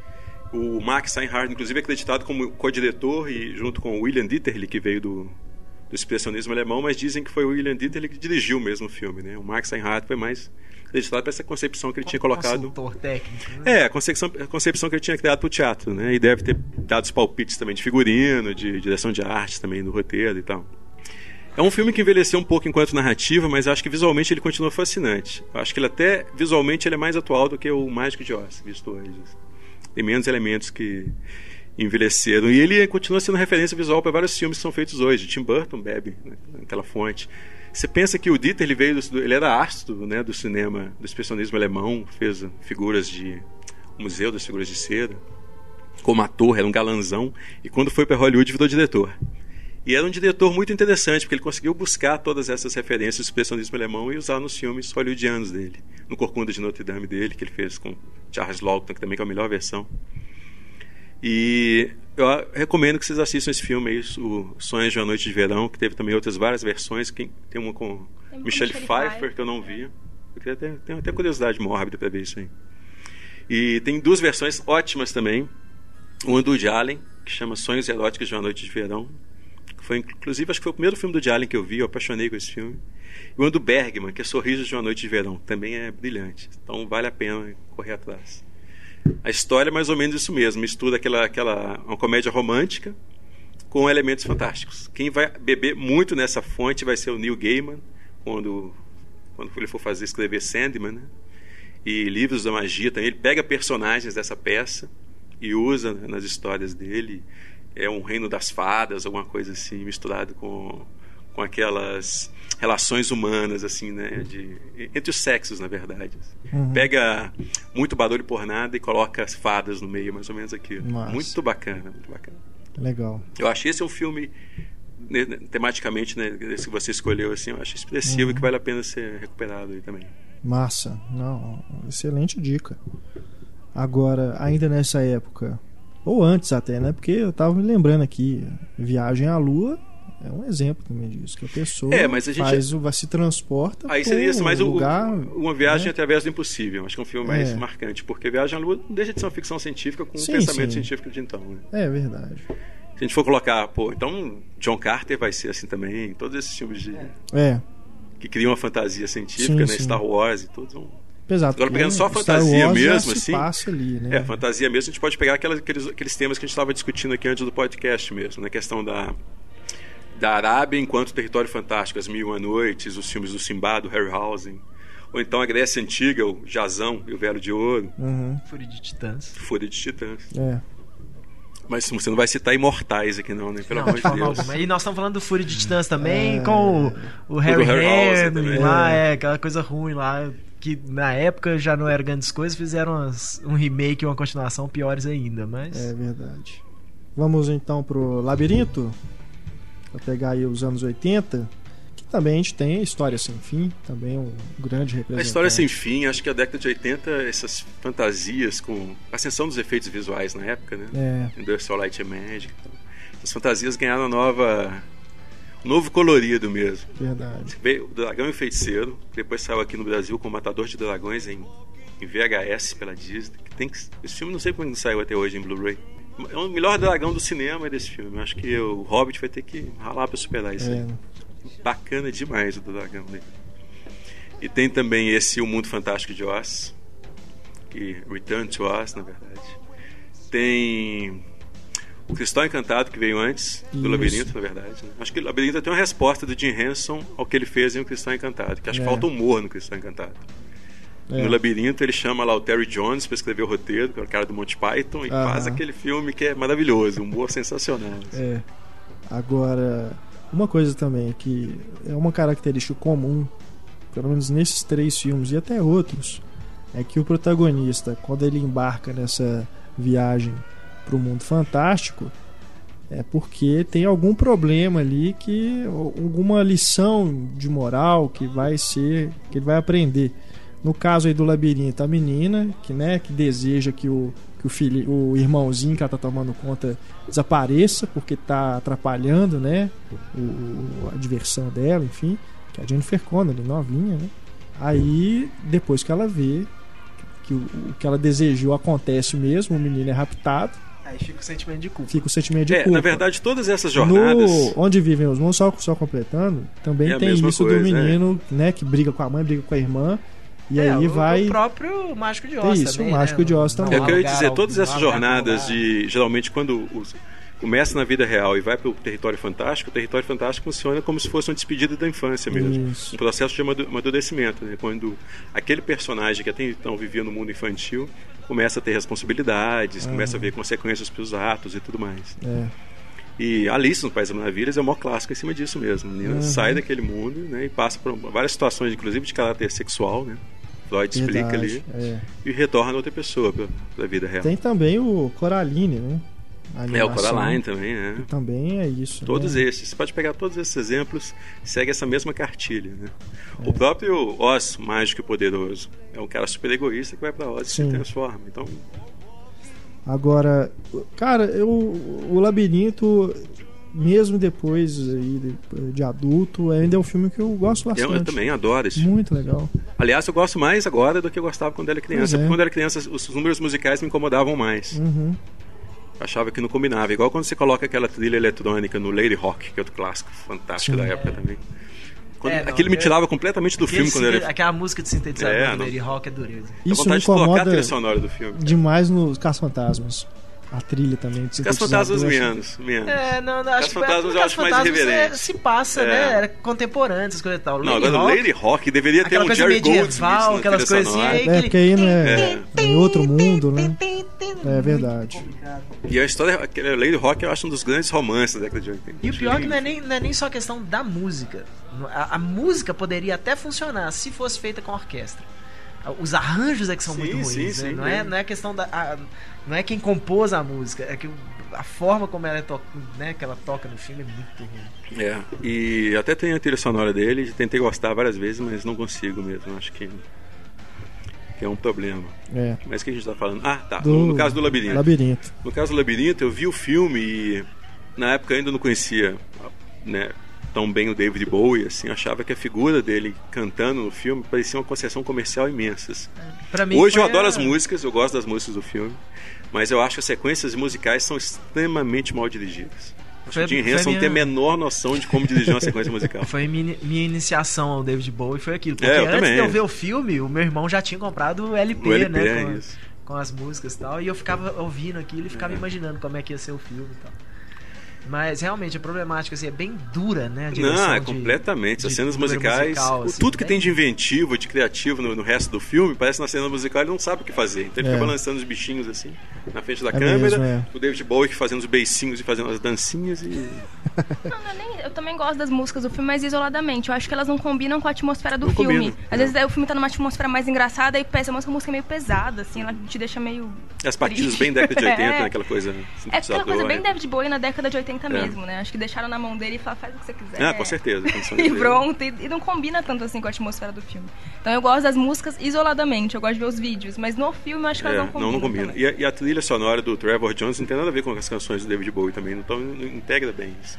O Max Reinhardt, inclusive, é acreditado como co-diretor, e junto com o William Dieterle, que veio do, do expressionismo alemão, mas dizem que foi o William Dieterle que dirigiu mesmo o filme, né? O Max Reinhardt foi mais acreditado para essa concepção que ele tinha colocado. Consultor técnico, né? É, a concepção, a concepção que ele tinha criado para o teatro, né? E deve ter dado os palpites também de figurino, de direção de arte também, no roteiro e tal. É um filme que envelheceu um pouco enquanto narrativa, mas acho que visualmente ele continua fascinante. Eu acho que ele até, visualmente, ele é mais atual do que o Mágico de Oz, visto hoje. Tem menos elementos que envelheceram. E ele continua sendo referência visual para vários filmes que são feitos hoje. Tim Burton bebe, né, naquela fonte. Você pensa que o Dieter, ele veio do, ele era astro, né, do cinema, do expressionismo alemão, fez figuras de o Museu das Figuras de Cera, como ator, era um galanzão, e quando foi para Hollywood virou diretor. E era um diretor muito interessante, porque ele conseguiu buscar todas essas referências do expressionismo alemão e usar nos filmes hollywoodianos dele. No Corcunda de Notre Dame dele, que ele fez com Charles Laughton, que também é a melhor versão. E eu recomendo que vocês assistam esse filme aí, o Sonhos de uma Noite de Verão, que teve também outras várias versões. Tem uma com tem Michelle Pfeiffer, Pfeiffer, que eu não vi. Eu queria até, tenho até curiosidade mórbida para ver isso aí. E tem duas versões ótimas também. Uma do Woody Allen, que chama Sonhos Eróticos de uma Noite de Verão. Foi, inclusive, acho que foi o primeiro filme do Woody Allen que eu vi, eu apaixonei com esse filme. E uma do Bergman, que é Sorrisos de uma Noite de Verão, também é brilhante. Então vale a pena correr atrás. A história é mais ou menos isso mesmo, mistura aquela, aquela uma comédia romântica com elementos fantásticos. Quem vai beber muito nessa fonte vai ser o Neil Gaiman, quando, quando ele for fazer, escrever Sandman, né? E Livros da Magia também. Ele pega personagens dessa peça e usa, né, nas histórias dele. É um reino das fadas, alguma coisa assim, misturado com, com aquelas relações humanas, assim, né? De, entre os sexos, na verdade. Uhum. Pega muito barulho por nada e coloca as fadas no meio, mais ou menos aquilo. Nossa. Muito bacana, muito bacana. Legal. Eu achei esse um filme, né, tematicamente, né, esse que você escolheu, assim, eu acho expressivo, uhum, e que vale a pena ser recuperado aí também. Massa. Não, excelente dica. Agora, ainda nessa época, ou antes até, né? Porque eu tava me lembrando aqui, Viagem à Lua é um exemplo também disso, que a pessoa é, mas a gente faz, vai, se transporta aí seria um mais lugar, o, uma viagem, né, através do impossível. Acho que é um filme mais é. marcante, porque Viagem à Lua não deixa de ser uma ficção científica com sim, um pensamento sim. científico de então, né? É verdade. Se a gente for colocar, pô, então John Carter vai ser assim também, todos esses filmes de é. que criam uma fantasia científica, sim, né? sim. Star Wars e todos um... Exato. Agora pegando só a fantasia mesmo, assim. Passa ali, né? É, fantasia mesmo, a gente pode pegar aquelas, aqueles, aqueles temas que a gente estava discutindo aqui antes do podcast mesmo, na, né? Questão da da Arábia enquanto território fantástico, As Mil e Uma Noites, os filmes do Simba, do Harryhausen, ou então a Grécia Antiga, o Jazão e o Velo de Ouro, uhum. Fúria de Titãs. Fúria de Titãs. É. Mas você não vai citar Imortais aqui não, né? Pelo não, amor de Deus. Alguma. E nós estamos falando do Fúria de Titãs também, é... com o, o Harry Harry lá, é. é, aquela coisa ruim lá, que na época já não eram grandes coisas, fizeram umas, um remake e uma continuação piores ainda, mas... É verdade. Vamos então pro Labirinto, para pegar aí os anos oitenta, que também a gente tem História Sem Fim, também um grande representante. A História Sem Fim, acho que a década de oitenta, essas fantasias com a ascensão dos efeitos visuais na época, né? É. Industrial Light and Magic, então, essas fantasias ganharam uma nova, um novo colorido mesmo. Verdade. Veio o Dragão e o Feiticeiro, que depois saiu aqui no Brasil com o Matador de Dragões em, em V H S pela Disney. Que tem que, esse filme não sei como não saiu até hoje em Blu-ray. É o melhor dragão do cinema desse filme. Acho que o Hobbit vai ter que ralar para superar isso. É. Aí. Bacana demais o do dragão dele. E tem também esse O Mundo Fantástico de Oz, que Return to Oz, na verdade. Tem o Cristal Encantado, que veio antes do isso. Labirinto, na verdade. Né? Acho que o Labirinto tem uma resposta do Jim Henson ao que ele fez em O Cristal Encantado, que acho é. que falta humor no Cristal Encantado. É. No Labirinto ele chama lá o Terry Jones para escrever o roteiro, que é o cara do Monty Python, e uh-huh. faz aquele filme que é maravilhoso, um humor sensacional. Assim. É. Agora, uma coisa também que é uma característica comum, pelo menos nesses três filmes e até outros, é que o protagonista, quando ele embarca nessa viagem para o mundo fantástico, é porque tem algum problema ali, que alguma lição de moral que vai ser, que ele vai aprender. No caso aí do Labirinto, a menina que, né, que deseja que o, que o, filho, o irmãozinho que ela tá tomando conta desapareça, porque tá atrapalhando, né, o, a diversão dela, enfim, que é a Jennifer Connelly, novinha, né? Aí, depois que ela vê que o, o que ela desejou acontece mesmo, o menino é raptado, aí fica o sentimento de culpa. Fica o sentimento de é, culpa. Na verdade, todas essas jornadas... No Onde Vivem os Monstros, só, só completando, também é tem isso coisa, do menino, é. né, que briga com a mãe, briga com a irmã. E é, aí o, vai. O próprio Mágico de Oz. Isso, também, o Mágico né? de Oz também. Eu quero dizer, todas essas jornadas de. Geralmente, quando os, começa na vida real e vai para o território fantástico, o território fantástico funciona como se fosse uma despedida da infância mesmo. Isso. Um processo de amadurecimento, né? Quando aquele personagem que até então vivia no mundo infantil começa a ter responsabilidades, ah. começa a ver consequências para os atos e tudo mais. É. E Alice no País das Maravilhas é o maior clássico em cima disso mesmo. A menina uhum. sai daquele mundo, né, e passa por várias situações, inclusive de caráter sexual, né? Freud explica ali é. e retorna a outra pessoa para a vida real. Tem também o Coraline, né? É, o Coraline também, né? Também é isso. Todos né? esses. Você pode pegar todos esses exemplos, segue essa mesma cartilha, né? É. O próprio Oz, mágico e poderoso, é um cara super egoísta que vai para Oz e se transforma. Então... Agora, cara, eu, o Labirinto, mesmo depois aí de, de adulto, ainda é um filme que eu gosto bastante. Eu, eu também adoro esse filme. Muito legal. Aliás, eu gosto mais agora do que eu gostava quando era criança. É. Porque quando eu era criança, os números musicais me incomodavam mais. Uhum. Achava que não combinava. Igual quando você coloca aquela trilha eletrônica no Lady Rock, que é outro clássico fantástico Sim. da época também. Quando, é, não, aquilo me tirava completamente do filme quando era... Aquela música de sintetizador é, do Lady Rock é dureza. Isso me incomoda a trilha sonora do filme. Demais nos Caça-Fantasmas. A trilha também. As Fantasmas menos, menos. É, não, não, acho As Fantasmas eu acho mais irreverente. Se passa, é. né? Era contemporâneo, essas coisas e tal. Não, agora o Lady Rock deveria ter um Jerry Goldsmith. Aquelas coisinhas. É, porque aí não é, é em outro mundo, né? É verdade. E a história, Lady Rock eu acho um dos grandes romances da década de oitenta. E o pior é que não é nem, não é nem só questão da música. A, a música poderia até funcionar se fosse feita com orquestra. Os arranjos é que são sim, muito ruins, sim, né? sim, não, é, não é questão da... A, não é quem compôs a música, é que a forma como ela, é to, né, que ela toca no filme é muito ruim. É, e até tem a trilha sonora dele, tentei gostar várias vezes, mas não consigo mesmo, acho que, que é um problema. É. Mas o que a gente tá falando? Ah, tá, do... no, no caso do Labirinto. Labirinto. No caso do Labirinto, eu vi o filme e na época eu ainda não conhecia, né, tão bem o David Bowie, assim, achava que a figura dele cantando no filme parecia uma concessão comercial imensa. Assim. Pra mim Hoje eu adoro a... as músicas, eu gosto das músicas do filme, mas eu acho que as sequências musicais são extremamente mal dirigidas. Acho que o Jim Henson minha... não tem a menor noção de como dirigir uma sequência musical. Foi minha, minha iniciação ao David Bowie, foi aquilo. Porque é, antes também. de eu ver o filme, o meu irmão já tinha comprado o L P, o L P né? É com, isso. com as músicas e tal, e eu ficava ouvindo aquilo e ficava é. imaginando como é que ia ser o filme e tal. Mas realmente a problemática assim, é bem dura, né? A direção Não, é de, completamente. de As cenas musicais, musical, assim, tudo que bem... tem de inventivo, de criativo no, no resto do filme, parece que na cena musical ele não sabe o que fazer. Então ele é. fica balançando os bichinhos assim, na frente da é câmera, mesmo, é. o David Bowie fazendo os beicinhos e fazendo as dancinhas e... Não, não é nem, eu também gosto das músicas do filme, mas isoladamente. Eu acho que elas não combinam com a atmosfera do não filme. Combina, Às vezes o filme tá numa atmosfera mais engraçada e essa música, a música é meio pesada, assim, ela te deixa meio... As partidas bem década de oitenta, é. né? Aquela coisa... É aquela coisa bem é. David Bowie na década de oitenta é. mesmo, né? Acho que deixaram na mão dele e falaram, faz o que você quiser. Ah, com certeza. E pronto, e, e não combina tanto assim com a atmosfera do filme. Então eu gosto das músicas isoladamente, eu gosto de ver os vídeos, mas no filme eu acho que elas é, não combinam. Não, não combina. E a, e a trilha sonora do Trevor Jones não tem nada a ver com as canções do David Bowie também, então não integra bem isso.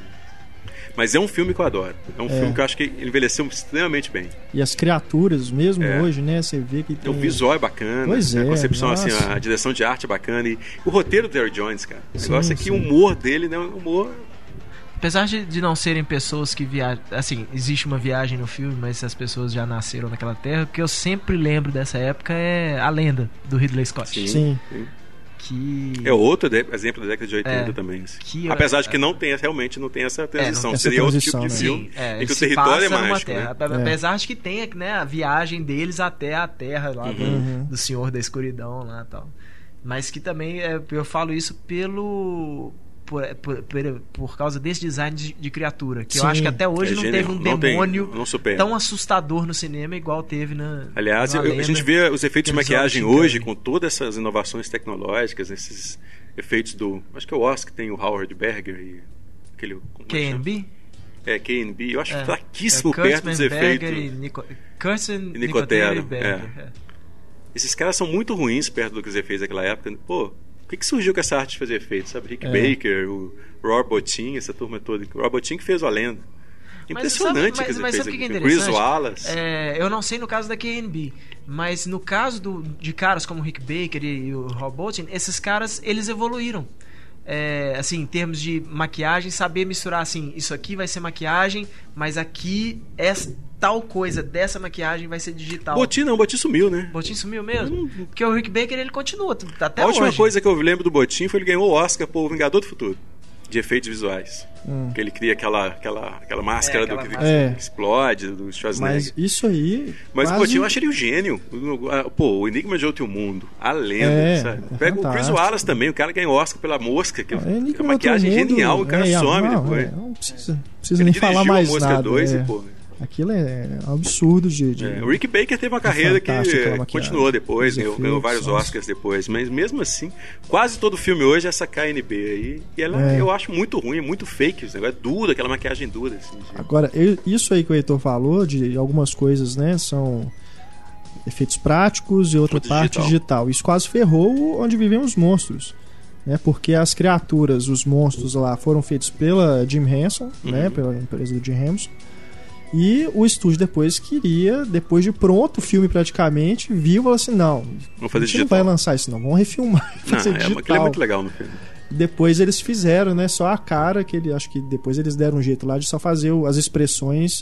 Mas é um filme que eu adoro. É um é. filme que eu acho que envelheceu extremamente bem. E as criaturas, mesmo é. hoje, né? Você vê que tem... O visual é bacana. Pois é. A concepção, nossa. assim, a direção de arte é bacana. E o roteiro do Terry Jones, cara. O sim, negócio é que o humor dele, né? O humor... Apesar de, de não serem pessoas que viajam... Assim, existe uma viagem no filme, mas as pessoas já nasceram naquela terra. O que eu sempre lembro dessa época é A Lenda, do Ridley Scott. Sim, sim. sim. Que... É outro de, exemplo da década de oitenta é, também. Assim. Que, Apesar de que não tem, realmente não tem essa transição. É, não, Seria essa outro tipo de né? filme. Sim, é, em que o território é mágico. Né? Apesar de que tem, né, a viagem deles até a terra lá uhum. do, do Senhor da Escuridão lá e tal. Mas que também é, eu falo isso pelo... Por, por, por, por causa desse design de, de criatura. Que Sim. eu acho que até hoje é não genial. teve um não demônio tem, não tão assustador no cinema igual teve na. Aliás, na eu, a gente vê os efeitos de maquiagem hoje, com todas essas inovações tecnológicas, esses efeitos do. Acho que é o Oscar que tem o Howard Berger e aquele. K and B? É, K and B. Eu acho é, fraquíssimo é, perto dos efeitos. E Nico, Kurtzman, e Nicotero. Berger, é. É. Esses caras são muito ruins perto do que os efeitos daquela época. Pô. Por que, que surgiu com essa arte de fazer efeito? Sabe? Rick é. Baker, o Rob Bottin, essa turma toda. O Rob Bottin que fez o A Lenda. Impressionante mas, que sabe, mas, mas sabe o que é interessante? Chris Wallace. É, eu não sei no caso da K and B, mas no caso do, de caras como o Rick Baker e, e o Rob Bottin, esses caras, eles evoluíram. É, assim, em termos de maquiagem, saber misturar assim, isso aqui vai ser maquiagem, mas aqui essa tal coisa dessa maquiagem vai ser digital. Bottin não, Bottin sumiu, né? Bottin sumiu mesmo? Não... Porque o Rick Baker, ele continua até A hoje. última coisa que eu lembro do Bottin foi ele ganhou o Oscar por Vingador do Futuro, de efeitos visuais. Hum. Que ele cria aquela, aquela, aquela máscara é, aquela do que é. explode, do Schwarzenegger. Mas isso aí... Mas quase... o Bottin eu achei ele um gênio. Pô, o Enigma de Outro Mundo, a lenda, é, sabe? É Pega o Chris Wallace também, o cara ganhou Oscar pela Mosca, que é uma maquiagem genial, o cara é, some não, depois. É, não precisa, precisa nem falar mais Mosca nada. dois é. e, pô, aquilo é um absurdo de... de é, o Rick Baker teve uma carreira que continuou depois, ganhou, ganhou vários Oscars depois, mas mesmo assim, quase todo filme hoje é essa K N B aí, e ela é. eu acho muito ruim, é muito fake, esse negócio é duro, aquela maquiagem dura. Assim, de... Agora, eu, isso aí que o Heitor falou, de algumas coisas, né, são efeitos práticos e outra parte digital. digital. Isso quase ferrou onde vivem os monstros. Né, porque as criaturas, os monstros lá, foram feitos pela Jim Henson, uhum. né, pela empresa do Jim Henson. E o estúdio depois queria, depois de pronto o filme praticamente, viu e falou assim, não, vamos fazer a gente digital. não vai lançar isso não, vamos refilmar e fazer não, digital. É, é muito legal no filme. Depois eles fizeram, né, só a cara, que ele, acho que depois eles deram um jeito lá de só fazer as expressões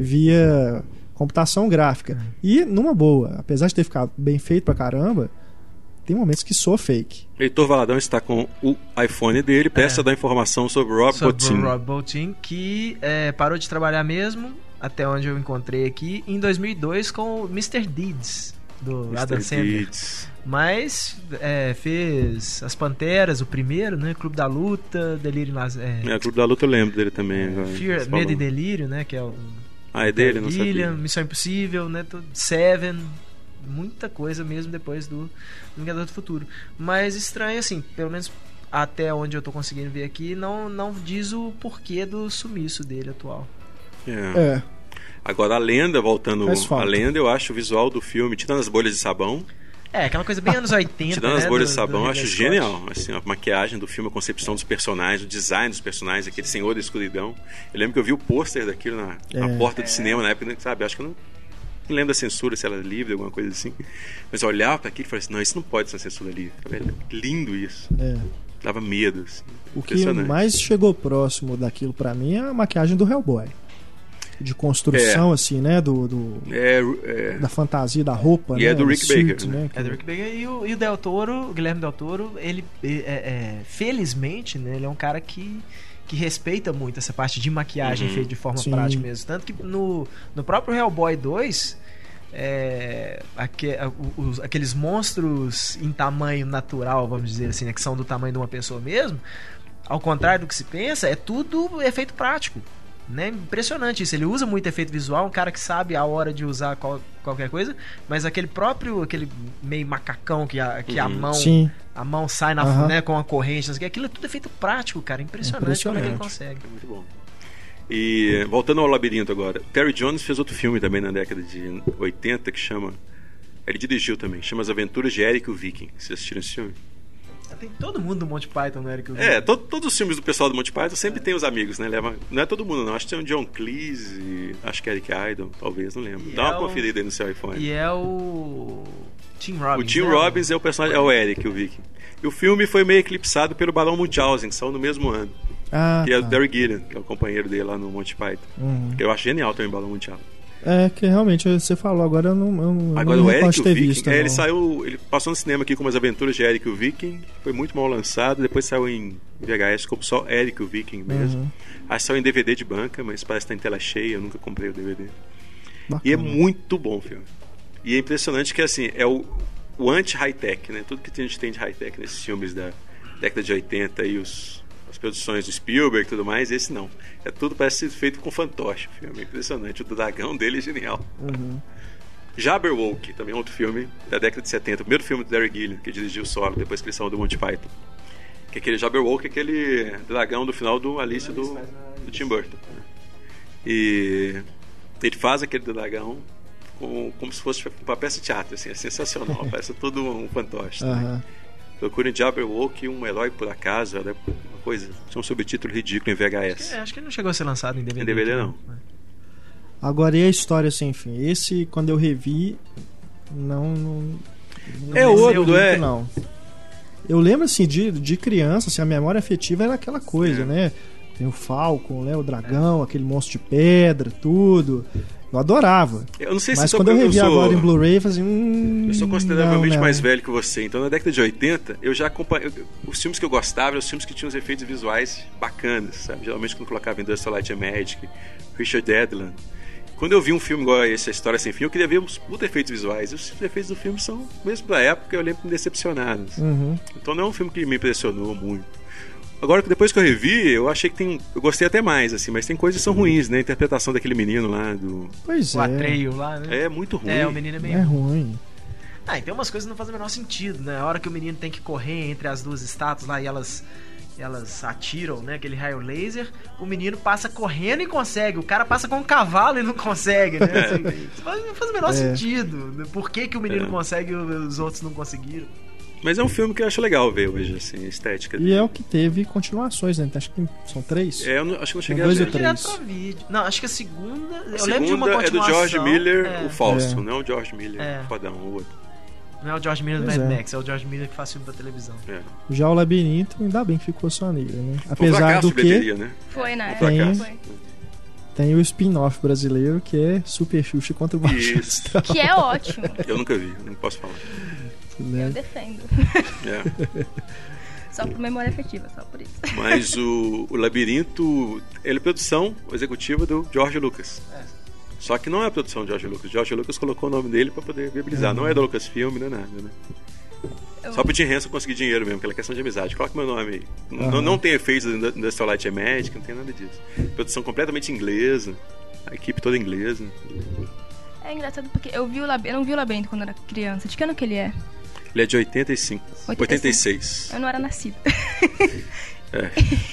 via computação gráfica. E numa boa, apesar de ter ficado bem feito pra caramba, tem momentos que soa fake. Heitor Valadão está com o iPhone dele, presta é. dar informação sobre o Rob sobre Bottin. Sobre o Rob Bottin, que é, parou de trabalhar mesmo, até onde eu encontrei aqui, em dois mil e dois com o mister Deeds, do mister Adam Sandler. Deeds. Mas é, fez As Panteras, o primeiro, né? Clube da Luta, Delírio... É, é, o Clube da Luta eu lembro dele também. Agora, Fear, Medo e Delírio, né? Que é o... Ah, é dele? Não William, sabia. Missão Impossível, né? Seven, muita coisa mesmo depois do Vingador do Futuro. Mas estranho, assim, pelo menos até onde eu tô conseguindo ver aqui, não, não diz o porquê do sumiço dele atual. É. É. Agora, a lenda, voltando à lenda, eu acho o visual do filme, tirando as bolhas de sabão. É, aquela coisa bem anos oitenta. Tirando né, as bolhas do, de sabão, do eu acho genial. Assim, a maquiagem do filme, a concepção dos personagens, o design dos personagens, aquele senhor da escuridão. Eu lembro que eu vi o pôster daquilo na, é. na porta do é. cinema na época, sabe? Acho que eu não, não lembro da censura, se ela é livre, alguma coisa assim. Mas eu olhava pra aquilo e falei assim: não, isso não pode ser censura livre. Lindo isso. É. Dava medo. Assim. O que mais chegou próximo daquilo pra mim é a maquiagem do Hellboy. De construção, é. assim, né? Do, do é, é. Da fantasia, da roupa, e né? é do Rick suit, Baker, né? É do Rick Baker. E o, e o Del Toro, o Guilherme Del Toro, ele, é, é, felizmente, né? Ele é um cara que, que respeita muito essa parte de maquiagem uhum. feita de forma Sim. prática mesmo. Tanto que no, no próprio Hellboy dois, é, aque, os, aqueles monstros em tamanho natural, vamos dizer assim, né? Que são do tamanho de uma pessoa mesmo, ao contrário do que se pensa, é tudo efeito prático. Né? Impressionante isso, ele usa muito efeito visual, um cara que sabe a hora de usar qual, qualquer coisa, mas aquele próprio, aquele meio macacão que a, que uhum. a mão Sim. a mão sai na, uhum. né, com a corrente, aquilo é tudo efeito prático, cara, impressionante, impressionante. como é que ele consegue. É muito bom. E voltando ao Labirinto agora, Terry Jones fez outro filme também na década de oitenta que chama, ele dirigiu também, chama As Aventuras de Eric o Viking. Vocês assistiram esse filme? Tem todo mundo do Monty Python, né, Eric? É, to, todos os filmes do pessoal do Monty Python sempre é. tem os amigos, né? Leva, não é todo mundo, não. Acho que tem o John Cleese, acho que é Eric Idle, talvez, não lembro. E Dá é uma o... conferida aí no seu iPhone. E é o Tim Robbins. O Tim né? Robbins é o personagem, é o Eric, o Viking. E o filme foi meio eclipsado pelo Barão Munchausen, que saiu no mesmo ano. Ah, que é tá. o Terry Gilliam, que é o companheiro dele lá no Monty Python. Uhum. Que eu acho genial também o Barão Munchausen. É, que realmente você falou, agora eu não, eu agora não o Eric ter o Viking, visto, é, ele saiu, ele passou no cinema aqui como As Aventuras de Eric o Viking, foi muito mal lançado, depois saiu em V H S como só Eric o Viking mesmo. Uhum. Aí saiu em D V D de banca, mas parece que tá em tela cheia, eu nunca comprei o D V D. Bacana. E é muito bom o filme. E é impressionante que assim, é o, o anti-high-tech, né? Tudo que a gente tem de high-tech nesses filmes da década de oitenta e os as produções do Spielberg e tudo mais, esse não. É tudo parece ser feito com fantoche. O filme é impressionante. O do dragão dele é genial. Uhum. Jabberwocky, também outro filme da década de setenta. O primeiro filme do Terry Gilliam, que dirigiu solo, depois que ele saiu do Monty Python. Que é aquele Jabberwocky, aquele dragão do final do Alice do, do Tim Burton. E ele faz aquele dragão com, como se fosse uma peça de teatro. Assim, é sensacional. Parece tudo um fantoche. Uhum. Né? Procurem Jabberwocky, um herói por acaso, uma coisa, tinha um subtítulo ridículo em V H S. Acho que, é, acho que ele não chegou a ser lançado em D V D. Em D V D não. Agora e a história sem fim? Esse, quando eu revi, não. não, não é outro, é. Não. Eu lembro assim, de, de criança, assim, a memória afetiva era aquela coisa, é. né? Tem o Falcon, né? O dragão, é. aquele monstro de pedra, tudo. Eu adorava. Eu não sei Mas se quando eu revi eu sou... agora em Blu-ray, eu falei assim, hum, eu sou consideravelmente não, não. mais velho que você. Então, na década de oitenta, eu já acompanhei. Os filmes que eu gostava eram os filmes que tinham os efeitos visuais bacanas, sabe? Geralmente, quando eu colocava Industrial Light and Magic, Richard Edlund. Quando eu vi um filme igual a essa História Sem Fim, eu queria ver os puta efeitos visuais. E os efeitos do filme são, mesmo da época, eu lembro que me decepcionaram. Uhum. Então, não é um filme que me impressionou muito. Agora, depois que eu revi, eu achei que tem... Eu gostei até mais, assim, mas tem coisas que são ruins, né? A interpretação daquele menino lá, do... Pois o é. Atreio lá, né? É muito ruim. É, o menino é meio... É ruim. Ah, e tem umas coisas que não fazem o menor sentido, né? A hora que o menino tem que correr entre as duas estátuas lá e elas... elas atiram, né, aquele raio laser, o menino passa correndo e consegue, o cara passa com um cavalo e não consegue, né? Assim, não faz o menor é. sentido. Por que, que o menino é. consegue e os outros não conseguiram? Mas é um filme que eu acho legal ver hoje, assim, a estética dele. E é o que teve continuações, né? Acho que são três? É, eu não, acho que não cheguei são dois a ou três. Não, acho que a segunda... A eu segunda lembro de uma continuação. É do George Miller, é. o Fausto, é. não o George Miller, é. fodão, o outro. Não é o George Miller do pois Mad é. Max, é o George Miller que faz filme pra televisão. É. Já o Labirinto, ainda bem que ficou só nele, né? Foi Apesar um do que... bilheteria, né? Foi, né? Tem, Foi. tem o spin-off brasileiro, que é Super Xuxa contra o Baixo Isso. Que é ótimo. Eu nunca vi, não posso falar. Eu defendo. É. Só por memória afetiva, só por isso. Mas o, o Labirinto, ele é produção executiva do George Lucas. É. Só que não é a produção do George Lucas. George Lucas colocou o nome dele para poder viabilizar. Uhum. Não é da Lucasfilm, não é nada, né? Eu... Só pro Jim Henson conseguir dinheiro mesmo, aquela questão de amizade. Coloca meu nome aí. Uhum. Não, não tem efeitos da Industrial Light and Magic, não tem nada disso. Produção completamente inglesa, a equipe toda inglesa. É engraçado porque eu, vi o lab... eu não vi o Labirinto quando era criança. De que ano que ele é? Ele é de oitenta e cinco. oitenta e seis. Eu não era nascida. É.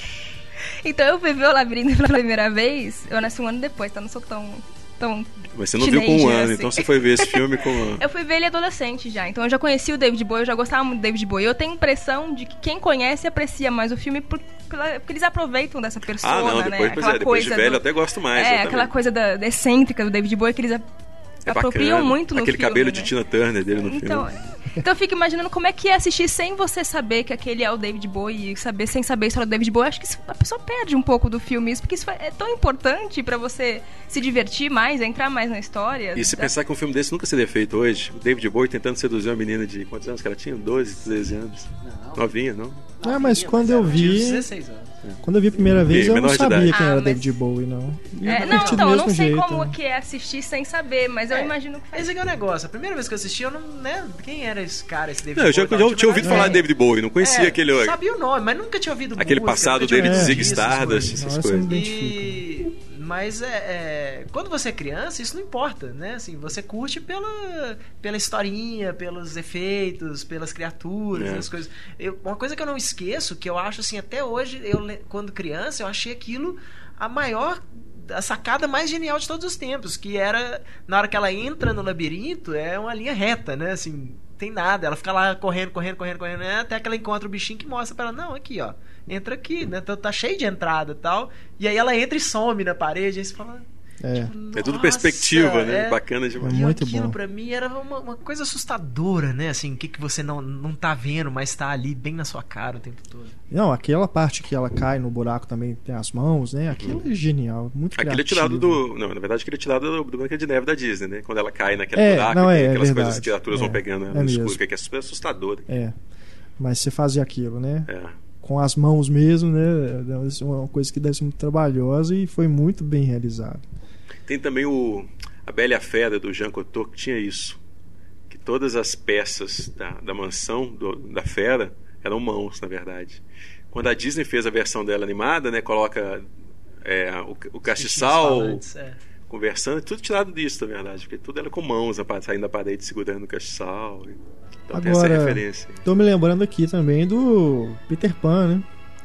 Então eu fui ver o Labirinto pela primeira vez. Eu nasci um ano depois, então não sou tão... tão Mas você não viu com um ano, assim. Então você foi ver esse filme com um ano. Eu fui ver ele adolescente já, então eu já conheci o David Bowie, eu já gostava muito do David Bowie. Eu tenho a impressão de que quem conhece aprecia mais o filme por, porque eles aproveitam dessa persona, ah, não, depois, né? Pois aquela é, depois coisa de velho do, eu até gosto mais. É, aquela coisa da, da excêntrica do David Bowie que eles a, é apropriam bacana. muito no Aquele filme. cabelo né? de Tina Turner dele no então, filme. Então eu fico imaginando como é que é assistir sem você saber que aquele é o David Bowie e saber, sem saber a história do David Bowie. Acho que isso, a pessoa perde um pouco do filme isso, porque isso é tão importante pra você se divertir mais, entrar mais na história. E se da... pensar que um filme desse nunca seria feito hoje, o David Bowie tentando seduzir uma menina de quantos anos que ela tinha? doze, treze anos. Não. Novinha, não? Ah, mas quando eu vi... dezesseis anos. Quando eu vi a primeira vez, e, eu não sabia idade. quem ah, era mas... David Bowie, não. É, não, então, eu não sei jeito, como né? que é assistir sem saber, mas eu é, imagino que faz. Esse aqui é o negócio. A primeira vez que eu assisti, eu não... Né, quem era esse cara, esse David não, eu já, Bowie? Eu já tinha ouvido é. falar de David Bowie, não conhecia é, aquele... Sabia o nome, mas nunca tinha ouvido aquele música, passado dele de é, Ziggy Stardust, essas Nossa, coisas. E... Mas é, é, quando você é criança, isso não importa, né? Assim, você curte pela, pela historinha, pelos efeitos, pelas criaturas, é. as coisas. Eu, uma coisa que eu não esqueço, que eu acho assim, até hoje, eu, quando criança, eu achei aquilo a maior, a sacada mais genial de todos os tempos, que era, na hora que ela entra no labirinto, é uma linha reta, né? Assim, tem nada, ela fica lá correndo, correndo, correndo, correndo, né? Até que ela encontra o bichinho que mostra pra ela, não, aqui, ó. Entra aqui, né? Tá, tá cheio de entrada e tal. E aí ela entra e some na parede. Aí você fala. É, tipo, é tudo perspectiva, né? É, Bacana demais. É muito aquilo bom. Pra mim era uma, uma coisa assustadora, né? Assim, o que, que você não, não tá vendo, mas tá ali bem na sua cara o tempo todo. Não, aquela parte que ela cai no buraco também tem as mãos, né? Aquilo é genial, muito criativo. Aquele é tirado do... Não, na verdade aquele é tirado do, do Branca de Neve da Disney, né? Quando ela cai naquele é, buraco, não, e é, aquelas é coisas que as criaturas é, vão pegando é no mesmo. escuro, que é super assustador. É, mas você fazia aquilo, né? É. Com as mãos mesmo, né? É uma coisa que deve ser muito trabalhosa e foi muito bem realizado. Tem também o A Bela e a Fera, do Jean Cocteau, que tinha isso. Que todas as peças da, da mansão do, da fera eram mãos, na verdade. Quando a Disney fez a versão dela animada, né? Coloca é, o, o castiçal é. conversando, tudo tirado disso, na verdade. Porque tudo era com mãos, saindo da parede, segurando o castiçal. Então agora, tem essa referência. Tô me lembrando aqui também do Peter Pan, né?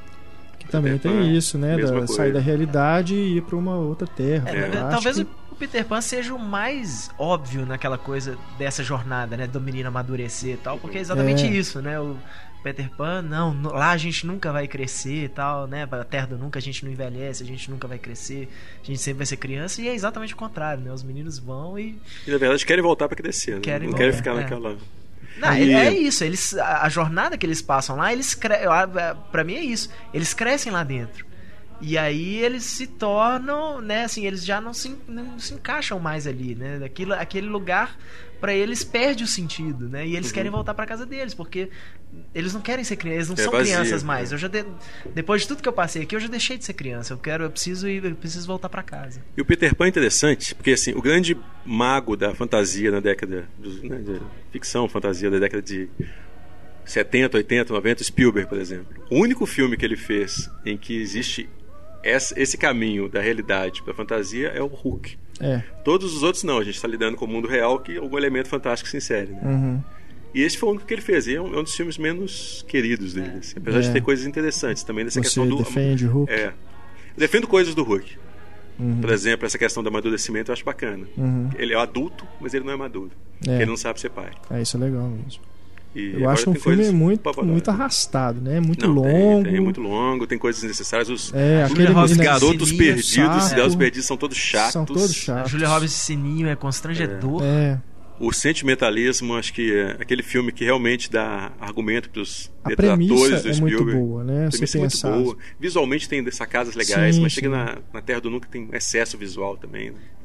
Que também Peter tem Pan, isso, né? Da, sair da realidade e ir pra uma outra terra. É, talvez que... o Peter Pan seja o mais óbvio naquela coisa dessa jornada, né? Do menino amadurecer e tal, porque é exatamente é. isso, né? O Peter Pan, não, lá a gente nunca vai crescer e tal, né? A Terra do Nunca a gente não envelhece, a gente nunca vai crescer, a gente sempre vai ser criança, e é exatamente o contrário, né? Os meninos vão e... E na verdade querem voltar pra crescer, né? Querem não voltar, querem ficar é. naquela... Não, e... é isso, eles, a, a jornada que eles passam lá, eles cre... pra mim é isso, eles crescem lá dentro. E aí eles se tornam, né, assim, eles já não se, não se encaixam mais ali, né? Aquilo, aquele lugar pra eles perde o sentido, né? E eles uhum. querem voltar pra casa deles, porque eles não querem ser crianças, eles não é são vazio, crianças mais. É. Eu já de... Depois de tudo que eu passei aqui, eu já deixei de ser criança. Eu quero, eu preciso ir, eu preciso voltar pra casa. E o Peter Pan é interessante, porque assim, o grande mago da fantasia na década, dos, né, de ficção, fantasia da década de setenta, oitenta, noventa, Spielberg, por exemplo. O único filme que ele fez em que existe esse caminho da realidade para a fantasia é o Hulk. É. Todos os outros não, a gente está lidando com o mundo real que algum elemento fantástico se insere, né? Uhum. E esse foi o único que ele fez, e é um, é um dos filmes menos queridos dele, assim, apesar é. de ter coisas interessantes também dessa Você questão do... defende o Hulk? É. Eu defendo coisas do Hulk. Uhum. Por exemplo, essa questão do amadurecimento eu acho bacana. Uhum. Ele é adulto, mas ele não é maduro. É. Ele não sabe ser pai. É, isso é legal mesmo. E eu acho um filme coisas... muito, muito arrastado, né? Muito não, longo. Tem, tem muito longo, tem coisas desnecessárias. Os, é, aquele os garotos Sininho, perdidos, saco, os perdidos são todos chatos. São todos chatos. A Julia Roberts Sininho é constrangedor. É. O sentimentalismo, acho que é aquele filme que realmente dá argumento para os detratores do é Spielberg. muito boa, né? A premissa é muito boa. Visualmente tem sacadas legais, sim, mas sim. chega na, na Terra do Nunca tem excesso visual também. Né?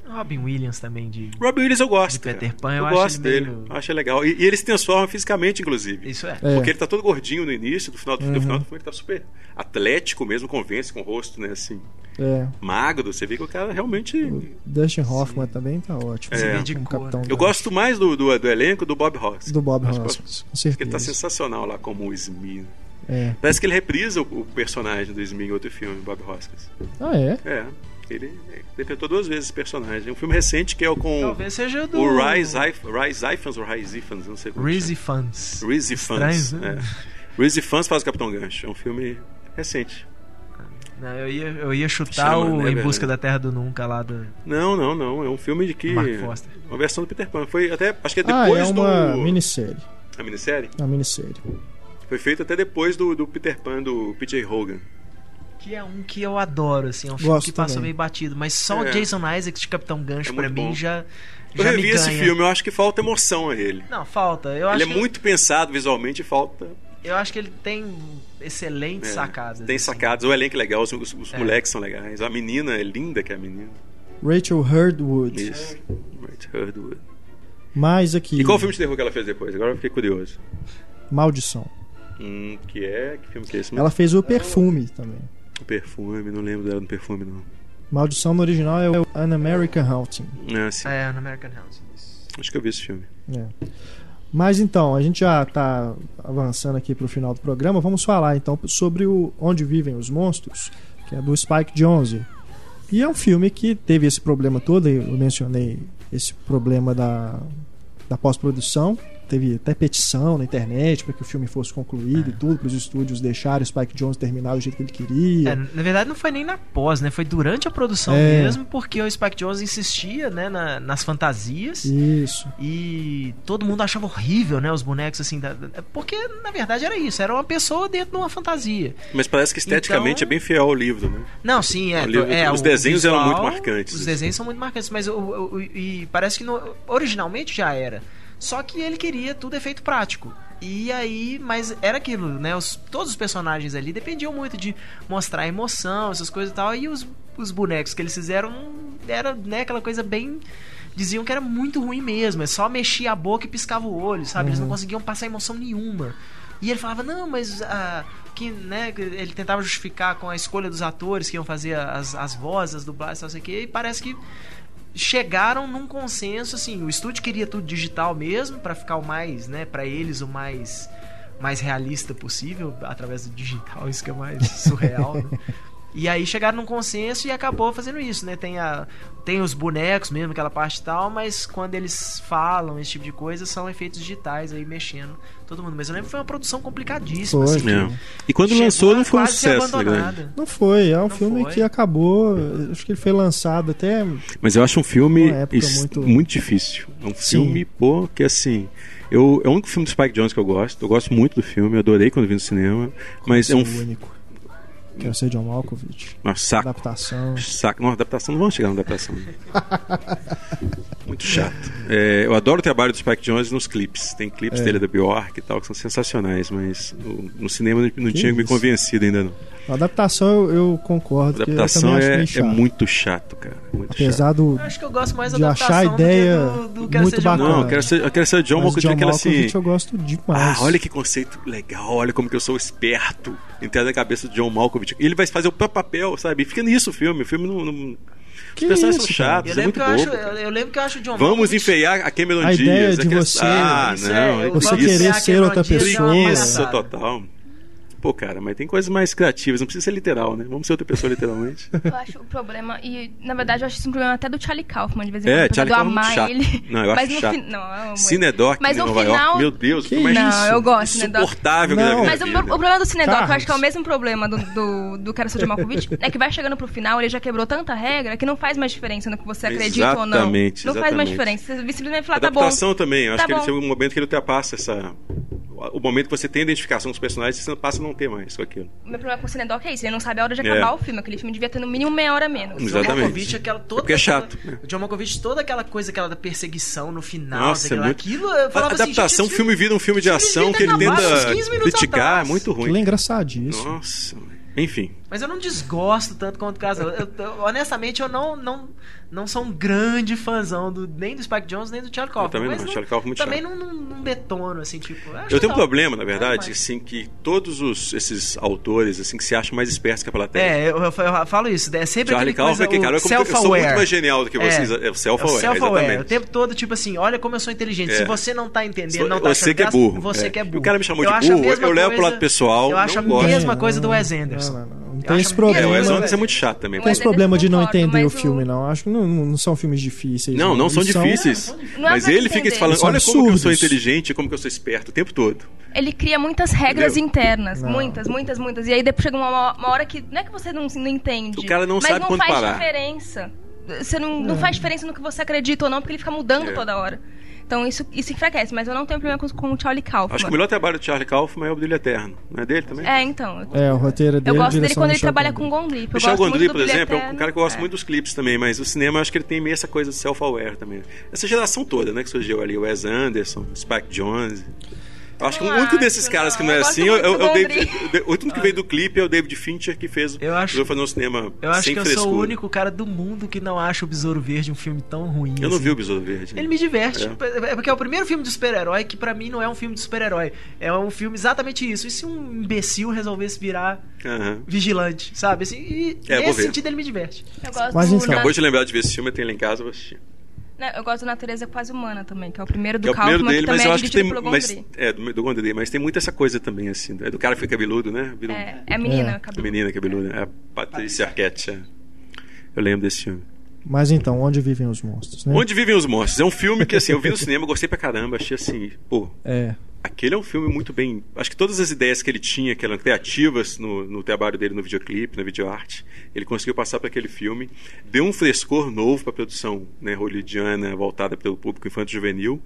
Robin Williams também de Robin Williams eu gosto. de Peter cara. Pan, eu, eu acho gosto ele dele. meio... Eu acho legal. E, e ele se transforma fisicamente, inclusive. Isso é. É. Porque ele tá todo gordinho no início, do final do, Uhum. do final do filme ele tá super atlético mesmo, convence com o rosto, né, assim, É. magro. Você vê que o cara realmente... O Dustin Hoffman também tá ótimo. É. como De cor, Capitão né? Eu Gancho. gosto mais do, do, do elenco do Bob Hoskins. do Bob Acho que Hoskins, com Porque ele tá certeza. sensacional lá como o Smee. É. Parece que ele reprisa o, o personagem do Smee em outro filme, Bob Hoskins. Ah, é? É, ele interpretou duas vezes esse personagem. Um filme recente que é o com Talvez seja do... o Rise Ifans ou Rise Ifans, não sei como Reezy chama. Fans. Reezy Fans. Estranho, né? É. Reezy Fans faz o Capitão Gancho. É um filme recente. Não, eu, ia, eu ia chutar Chama, o né, Em Busca velho? da Terra do Nunca lá do Não, não, não. É um filme de que... Mark Foster. Uma versão do Peter Pan. Foi até... Acho que é Ah, depois é uma do... minissérie. A minissérie? Uma minissérie. Foi feito até depois do, do Peter Pan do P J Hogan. Que é um que eu adoro, assim, é um filme Gosto que passa também. meio batido, mas só É. o Jason Isaacs de Capitão Gancho É pra muito mim bom. já, Eu já me revi esse ganha. filme. Eu acho que falta emoção a ele. Não, falta. Eu Ele acho é que muito pensado visualmente e falta... eu acho que ele tem excelentes É, sacadas. Tem assim. sacadas. O elenco é legal, os, os, os É. moleques são legais. A menina é linda, que é a menina. Rachel Hurdwood. Isso. Right, Hurdwood. Mais aqui. E qual filme de terror que ela fez depois? Agora eu fiquei curioso. Maldição. Hum, que é... Que filme que é esse? Ela fez o Perfume também. O Perfume, não lembro dela no Perfume, não. Maldição no original é o An American Haunting. Ah, sim. É, no American House. Acho que eu vi esse filme. É. Mas então, a gente já está avançando aqui para o final do programa. Vamos falar então sobre o Onde Vivem os Monstros, que é do Spike Jonze. E é um filme que teve esse problema todo. Eu mencionei esse problema da, da pós-produção. Teve até petição na internet para que o filme fosse concluído É. e tudo, para os estúdios deixarem o Spike Jonze terminar do jeito que ele queria. É, na verdade não foi nem na pós, né? Foi durante a produção É. mesmo, porque o Spike Jonze insistia, né, na- nas fantasias. Isso. E todo mundo achava horrível, né? Os bonecos, assim. Da, da- porque, na verdade, era isso. Era uma pessoa dentro de uma fantasia. Mas parece que esteticamente Então- é bem fiel ao livro, né? Não, sim, é. O livro- é os o desenhos eram visual, muito marcantes, Os assim. desenhos são muito marcantes, mas o, o- o- e parece que no- originalmente já era. Só que ele queria tudo efeito prático. E aí, mas era aquilo, né? Os, todos os personagens ali dependiam muito de mostrar emoção, essas coisas e tal. E os, os bonecos que eles fizeram era, né, aquela coisa bem. Diziam que era muito ruim mesmo. É só mexia a boca e piscava o olho, sabe? Eles não conseguiam passar emoção nenhuma. E ele falava, não, mas ah, que, né, ele tentava justificar com a escolha dos atores que iam fazer as, as vozes, as dublagens, não sei o que, e parece que chegaram num consenso, assim, o estúdio queria tudo digital mesmo, pra ficar o mais, né, pra eles o mais mais realista possível, através do digital, isso que é mais surreal, né? E aí chegaram num consenso e acabou fazendo isso, né? Tem, a, tem os bonecos mesmo, aquela parte e tal, mas quando eles falam esse tipo de coisa, são efeitos digitais aí mexendo todo mundo. Mas eu lembro que foi uma produção complicadíssima. Foi. Assim, É. que E quando chegou lançou a não foi um quase ser sucesso, né, abandonada. grande? Não foi, é um Não filme foi. que acabou. Acho que ele foi lançado até. Mas eu acho um filme Uma época is- muito- muito... difícil. É um Sim. filme, pô, que assim... Eu, é o único filme do Spike Jonze que eu gosto. Eu gosto muito do filme, eu adorei quando vi no cinema. Mas é um o f- único. Quero ser John Malkovich. Nossa, saco. Adaptação. Saco. Não, adaptação, não vamos chegar na adaptação. Muito chato. É, eu adoro o trabalho do Spike Jonze nos clipes. Tem clipes É. dele da Bjork e tal, que são sensacionais, mas no, no cinema não, não Que tinha me isso. convencido ainda não. A adaptação eu, eu A concordo. que eu adaptação também acho é, meio é chato. muito chato, cara. Muito chato. Apesar do. Eu acho que eu gosto mais da De adaptação achar a ideia do, que do, do Quero muito Ser John bacana. Não, Malkovich. eu quero ser, eu quero ser o John Mas Malkovich, John aquela assim... Malkovich eu gosto demais. Ah, olha que conceito legal, olha como que eu sou esperto. Entrar na cabeça do John Malkovich. E ele vai fazer o próprio papel, sabe? E fica nisso o filme. O filme não. não... Que Os personagens isso, são cara? chatos, Eu é lembro, muito que eu, acho, bobo. eu, eu lembro que eu acho o John Vamos Malkovich... enfeiar a Cameron A Diaz. ideia de aquele- você- Ah, Isso não. é, é eu Você vamos querer enfeiar a ser Cameron outra Diaz é uma pessoa. Isso, palhaçada. total. Pô, cara, mas tem coisas mais criativas, não precisa ser literal, né? Vamos ser outra pessoa literalmente. Eu acho o problema, e na verdade eu acho isso um problema até do Charlie Kaufman, de vez em É, quando, apesar Charlie de eu Kaufman é amar muito chato. ele. Não, eu acho mas no chato. fin- Não, eu amo ele. Cinedoc Mas em no Nova final- York, meu Deus, Que que mais Não, eu gosto de Cinedoc. insuportável Não. da minha Mas o, vida. o problema do Cinedoc, eu Carlos. acho que é o mesmo problema do, do, do Quero Ser John Malkovich, é que vai chegando pro final, ele já quebrou tanta regra que não faz mais diferença no que você acredita ou não. Exatamente, Não faz mais exatamente. diferença. Você simplesmente fala, A tá bom. adaptação também, eu acho Tá que ele bom. chega um momento que ele ultrapassa essa... O momento que você tem a identificação com os personagens, você passa a não ter mais com aquilo. O meu problema com o Cinedoc é isso, ele não sabe a hora de acabar É. o filme. Aquele filme devia ter no mínimo meia hora menos. O John Exatamente. Malkovich, aquela, toda Porque é aquela- chato, né? O John Malkovich, toda aquela coisa, aquela da perseguição no final, Nossa, sei é lá, muito... aquilo, eu A falava assim, adaptação, o gente, filme vira um filme de esse filme ação devia que ele ter acabado uns tenta quinze minutos criticar, atrás. é muito ruim. Aquilo é engraçadíssimo. Nossa, enfim. Mas eu não desgosto tanto quanto o Casal. Eu, eu, honestamente, eu não, não, não sou um grande fãzão do, nem do Spike Jonze, nem do Charlie Kaufman. Eu também mas não, não, Charlie Kaufman muito também chato. não, não, não detono, assim, tipo... Eu, acho Eu tenho um legal. problema, na verdade, Mas- assim, que todos os, esses autores, assim, que se acham mais espertos que a plateia. É, eu, eu, eu falo isso. É sempre Charlie aquele coisa, Kaufman, que, cara, o eu, como que eu sou muito self-aware. mais genial do que vocês. É, É o self-aware, É o self-aware. exatamente. O tempo todo, tipo assim, olha como eu sou inteligente. É. Se você não tá entendendo, Sou- não tá você achando que é graça, burro. você É. que é E o burro. cara me chamou Eu de acho a burro, mesma eu levo pro coisa- lado pessoal, Eu acho a não gosto. mesma É, coisa do não, Wes Anderson. Não, não, não. Não Eu tem acho esse a problema. É, o Wes mesma Anderson é coisa. muito chato também. Não tem Wes esse problema de não Anderson entender o concordo, mas filme, o- não. Acho que não, não são filmes difíceis. Não, não são Eles difíceis. Não é Mas pra ele fica entender. falando, São olha como que eu sou absurdos. inteligente, como que eu sou esperto o tempo todo. Ele cria muitas regras Entendeu? internas. Não. Muitas, muitas, muitas. E aí depois chega uma, uma hora que. Não é que você não, não entende. O cara não mas sabe não quando faz parar. diferença. Você não, não faz diferença no que você acredita ou não, porque ele fica mudando É. toda hora. Então isso, isso enfraquece. Mas eu não tenho problema com, com o Charlie Kaufman. Acho que o melhor trabalho do Charlie Kaufman é o Brilho Eterno. Não é dele também? É, então. É, o roteiro Eu dele. gosto dele direção quando do ele Michel trabalha Gondry. com o Gondry. Eu Michel gosto muito Gondry, do por Brilho exemplo, é um Eterno. cara que eu gosto É. muito dos clipes também, mas o cinema eu acho que ele tem meio essa coisa de self-aware também. Essa geração toda, né, que surgiu ali, o Wes Anderson, Spike Jonze. Eu acho que o Não único acho, desses caras que não é não. Eu assim, gosto é o- muito é o do David. Gondry. O único que veio do clipe é o David Fincher, que fez Eu acho- resolveu fazer um cinema Eu acho sem que eu frescura. sou o único cara do mundo que não acha o Besouro Verde um filme tão ruim. Eu não assim. vi o Besouro Verde. Ele me diverte. É. É porque é o primeiro filme de super-herói que pra mim não é um filme de super-herói. É um filme exatamente isso. E se um imbecil resolvesse virar Aham. vigilante, sabe? Assim, e É, vou nesse ver. sentido ele me diverte. Eu gosto Mas, do então- Na- Acabou de lembrar de ver esse filme, eu tenho ele em casa, eu vou assistir. Não, eu gosto do Natureza Quase Humana também, que é o primeiro do Que é o primeiro Kaufman, dele, que mas também eu é acho que tem. dirigido pelo Mas, Gondry. é, do, do Gondry, mas tem muita essa coisa também, assim. É do cara que foi cabeludo, né? Virou É, é a menina, É. a cabelo. menina cabeluda. É a Patrícia Arquette. é. Eu lembro desse filme. Mas então, onde vivem os monstros, né? Onde Vivem os Monstros? É um filme que, assim, eu vi no cinema, gostei pra caramba, achei assim, pô, É. aquele é um filme muito bem... Acho que todas as ideias que ele tinha, que eram criativas no, no trabalho dele no videoclipe, na videoarte, ele conseguiu passar para aquele filme, deu um frescor novo para a produção, né, hollywoodiana, voltada pelo público infanto-juvenil,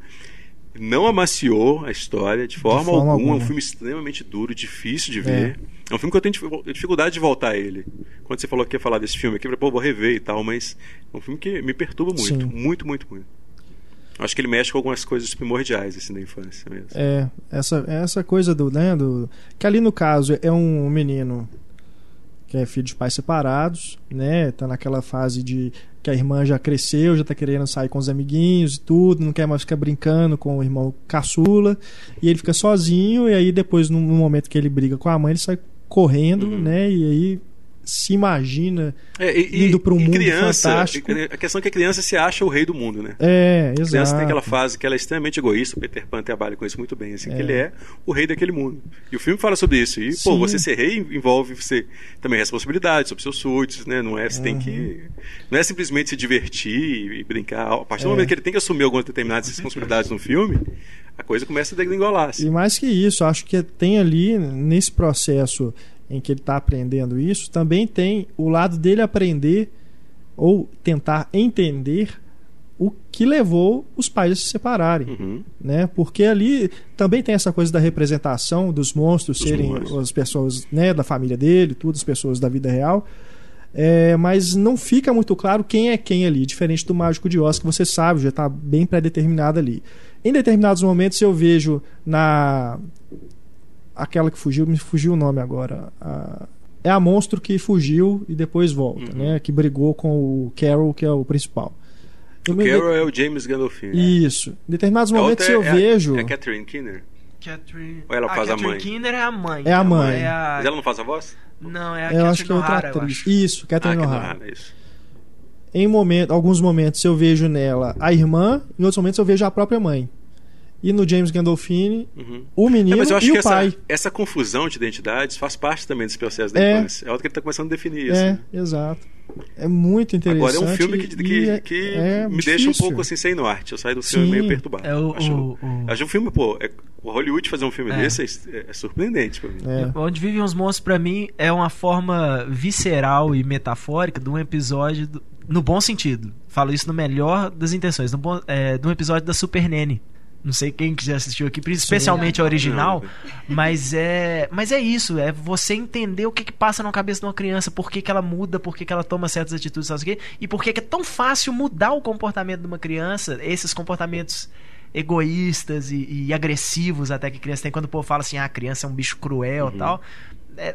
não amaciou a história de forma, forma alguma, alguma. é um filme extremamente duro, difícil de ver. É, um filme que eu tenho dif- dificuldade de voltar a ele. Quando você falou que ia falar desse filme aqui, eu falei, pô, vou rever e tal, mas é um filme que me perturba muito, Sim. muito, muito, muito. Acho que ele mexe com algumas coisas primordiais assim, da infância mesmo. É, essa, essa coisa do, né, do... Que ali no caso é um menino que é filho de pais separados, né? Tá naquela fase de que a irmã já cresceu, já tá querendo sair com os amiguinhos e tudo, não quer mais ficar brincando com o irmão caçula, e ele fica sozinho, e aí depois, no momento que ele briga com a mãe, ele sai correndo, Uhum. né? E aí se imagina É, e, indo para um e mundo criança, fantástico. A questão é que a criança se acha o rei do mundo, né? É, A criança exato. tem aquela fase que ela é extremamente egoísta, o Peter Pan trabalha com isso muito bem, assim, É. que ele é o rei daquele mundo. E o filme fala sobre isso. E, pô, Sim. você ser rei envolve você também responsabilidade sobre seus súditos, né? Não é, você tem que... Não é simplesmente se divertir e brincar. A partir do É. momento que ele tem que assumir algumas determinadas responsabilidades no filme, a coisa começa a degringolar, assim. E mais que isso, acho que tem ali, nesse processo em que ele está aprendendo isso, também tem o lado dele aprender ou tentar entender o que levou os pais a se separarem, Uhum. né? Porque ali também tem essa coisa da representação dos monstros Dos serem monstros. as pessoas, né, da família dele, tudo, as pessoas da vida real. É, mas não fica muito claro quem é quem ali, diferente do Mágico de Oz, que você sabe, já está bem pré-determinado ali. Em determinados momentos eu vejo na... aquela que fugiu, me fugiu o nome agora. A... É a monstro que fugiu e depois volta, Uhum. né? Que brigou com o Carol, que é o principal. O Em me- Carol é o James Gandolfini. Isso. Em determinados A momentos outra eu é, vejo. É a Catherine Keener. Catherine... Ou ela ah, faz a Catherine mãe? Keener é a mãe. É a mãe. É a... Mas ela não faz a voz? Não, é a Eu Catherine acho que é outra O'Hara, eu atriz. acho. Isso, Ah, Catherine que O'Hara. é isso. Em momento, alguns momentos eu vejo nela a irmã, em outros momentos eu vejo a própria mãe. E no James Gandolfini, Uhum. o menino É, mas eu acho e que o essa, pai. essa confusão de identidades faz parte também desse processo da É. infância. É hora que ele está começando a definir isso. É, né? exato. É muito interessante. Agora é um filme que, que, e é- que é me deixa um difícil. pouco assim sem norte. Eu saio do filme Sim. meio perturbado. É o- acho, o- o- acho um filme, pô, é, o Hollywood fazer um filme É. desse é, é surpreendente pra mim. É. Onde Vivem os Monstros, pra mim, é uma forma visceral e metafórica de um episódio, do- no bom sentido. Falo isso no melhor das intenções. No bom, é, de um episódio da Super Nene. Não sei quem que já assistiu aqui, especialmente a original, mas é, mas é isso, é você entender o que, que passa na cabeça de uma criança, por que, que ela muda, por que, que ela toma certas atitudes, sabe o quê? E por que, que é tão fácil mudar o comportamento de uma criança, esses comportamentos egoístas e, e agressivos até que a criança tem, quando o povo fala assim, ah, a criança é um bicho cruel e Uhum. tal. É, é-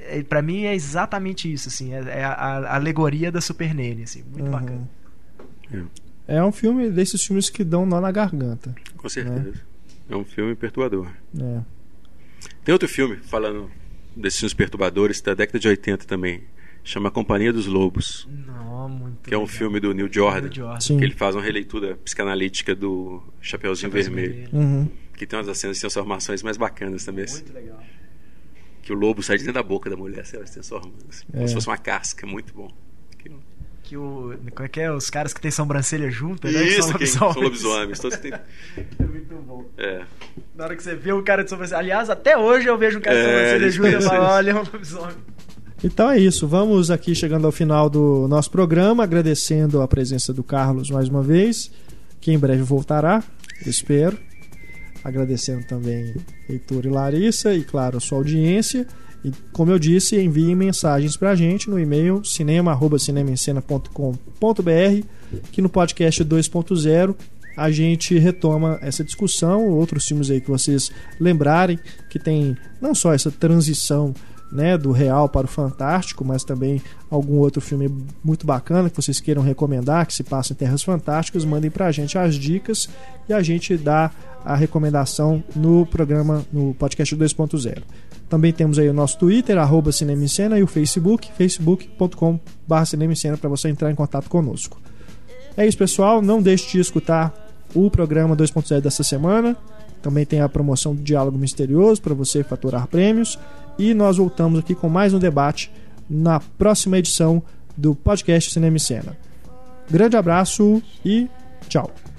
é, pra mim é exatamente isso, assim, é, é a, a alegoria da Super Nene, assim, muito uhum. bacana. É. é um filme desses filmes que dão nó na garganta. Com certeza. Né? É um filme perturbador. É. Tem outro filme, falando desses filmes perturbadores, da década de oitenta também, chama A Companhia dos Lobos. Não, muito que é um legal. filme do Neil Jordan, Neil Jordan. Sim. que ele faz uma releitura psicanalítica do Chapeuzinho, Chapeuzinho Vermelho. Vermelho. Uhum. Que tem umas cenas de transformações mais bacanas também. Muito legal. Que o lobo sai de dentro da boca da mulher, sei lá, se transforma. Assim, É. Como se fosse uma casca, muito bom. Que... Que o. Como é que é? Os caras que tem sobrancelha junta, né? Isso, que que são são lobisomens. Todos têm... É muito bom. É. Na hora que você vê um cara de sobrancelha. Aliás, até hoje eu vejo um cara de É, sobrancelha eles junta e pensam falo, isso. olha, é um lobisomem. Então é isso, vamos aqui chegando ao final do nosso programa, agradecendo a presença do Carlos mais uma vez, que em breve voltará, eu espero. Agradecendo também Heitor e Larissa e, claro, a sua audiência. E, como eu disse, enviem mensagens pra gente no e-mail cinema arroba cinemaencena ponto com ponto b r, que no podcast dois ponto zero a gente retoma essa discussão, outros filmes aí que vocês lembrarem, que tem não só essa transição, né, do real para o fantástico, mas também algum outro filme muito bacana que vocês queiram recomendar, que se passa em Terras Fantásticas, mandem pra gente as dicas e a gente dá a recomendação no programa, no podcast dois ponto zero. Também temos aí o nosso Twitter, arroba Cinema em Cena, e o Facebook, facebook ponto com barra Cinema em Cena, para você entrar em contato conosco. É isso, pessoal, não deixe de escutar o programa dois ponto zero dessa semana. Também tem a promoção do Diálogo Misterioso para você faturar prêmios. E nós voltamos aqui com mais um debate na próxima edição do podcast Cinema em Cena. Grande abraço e tchau.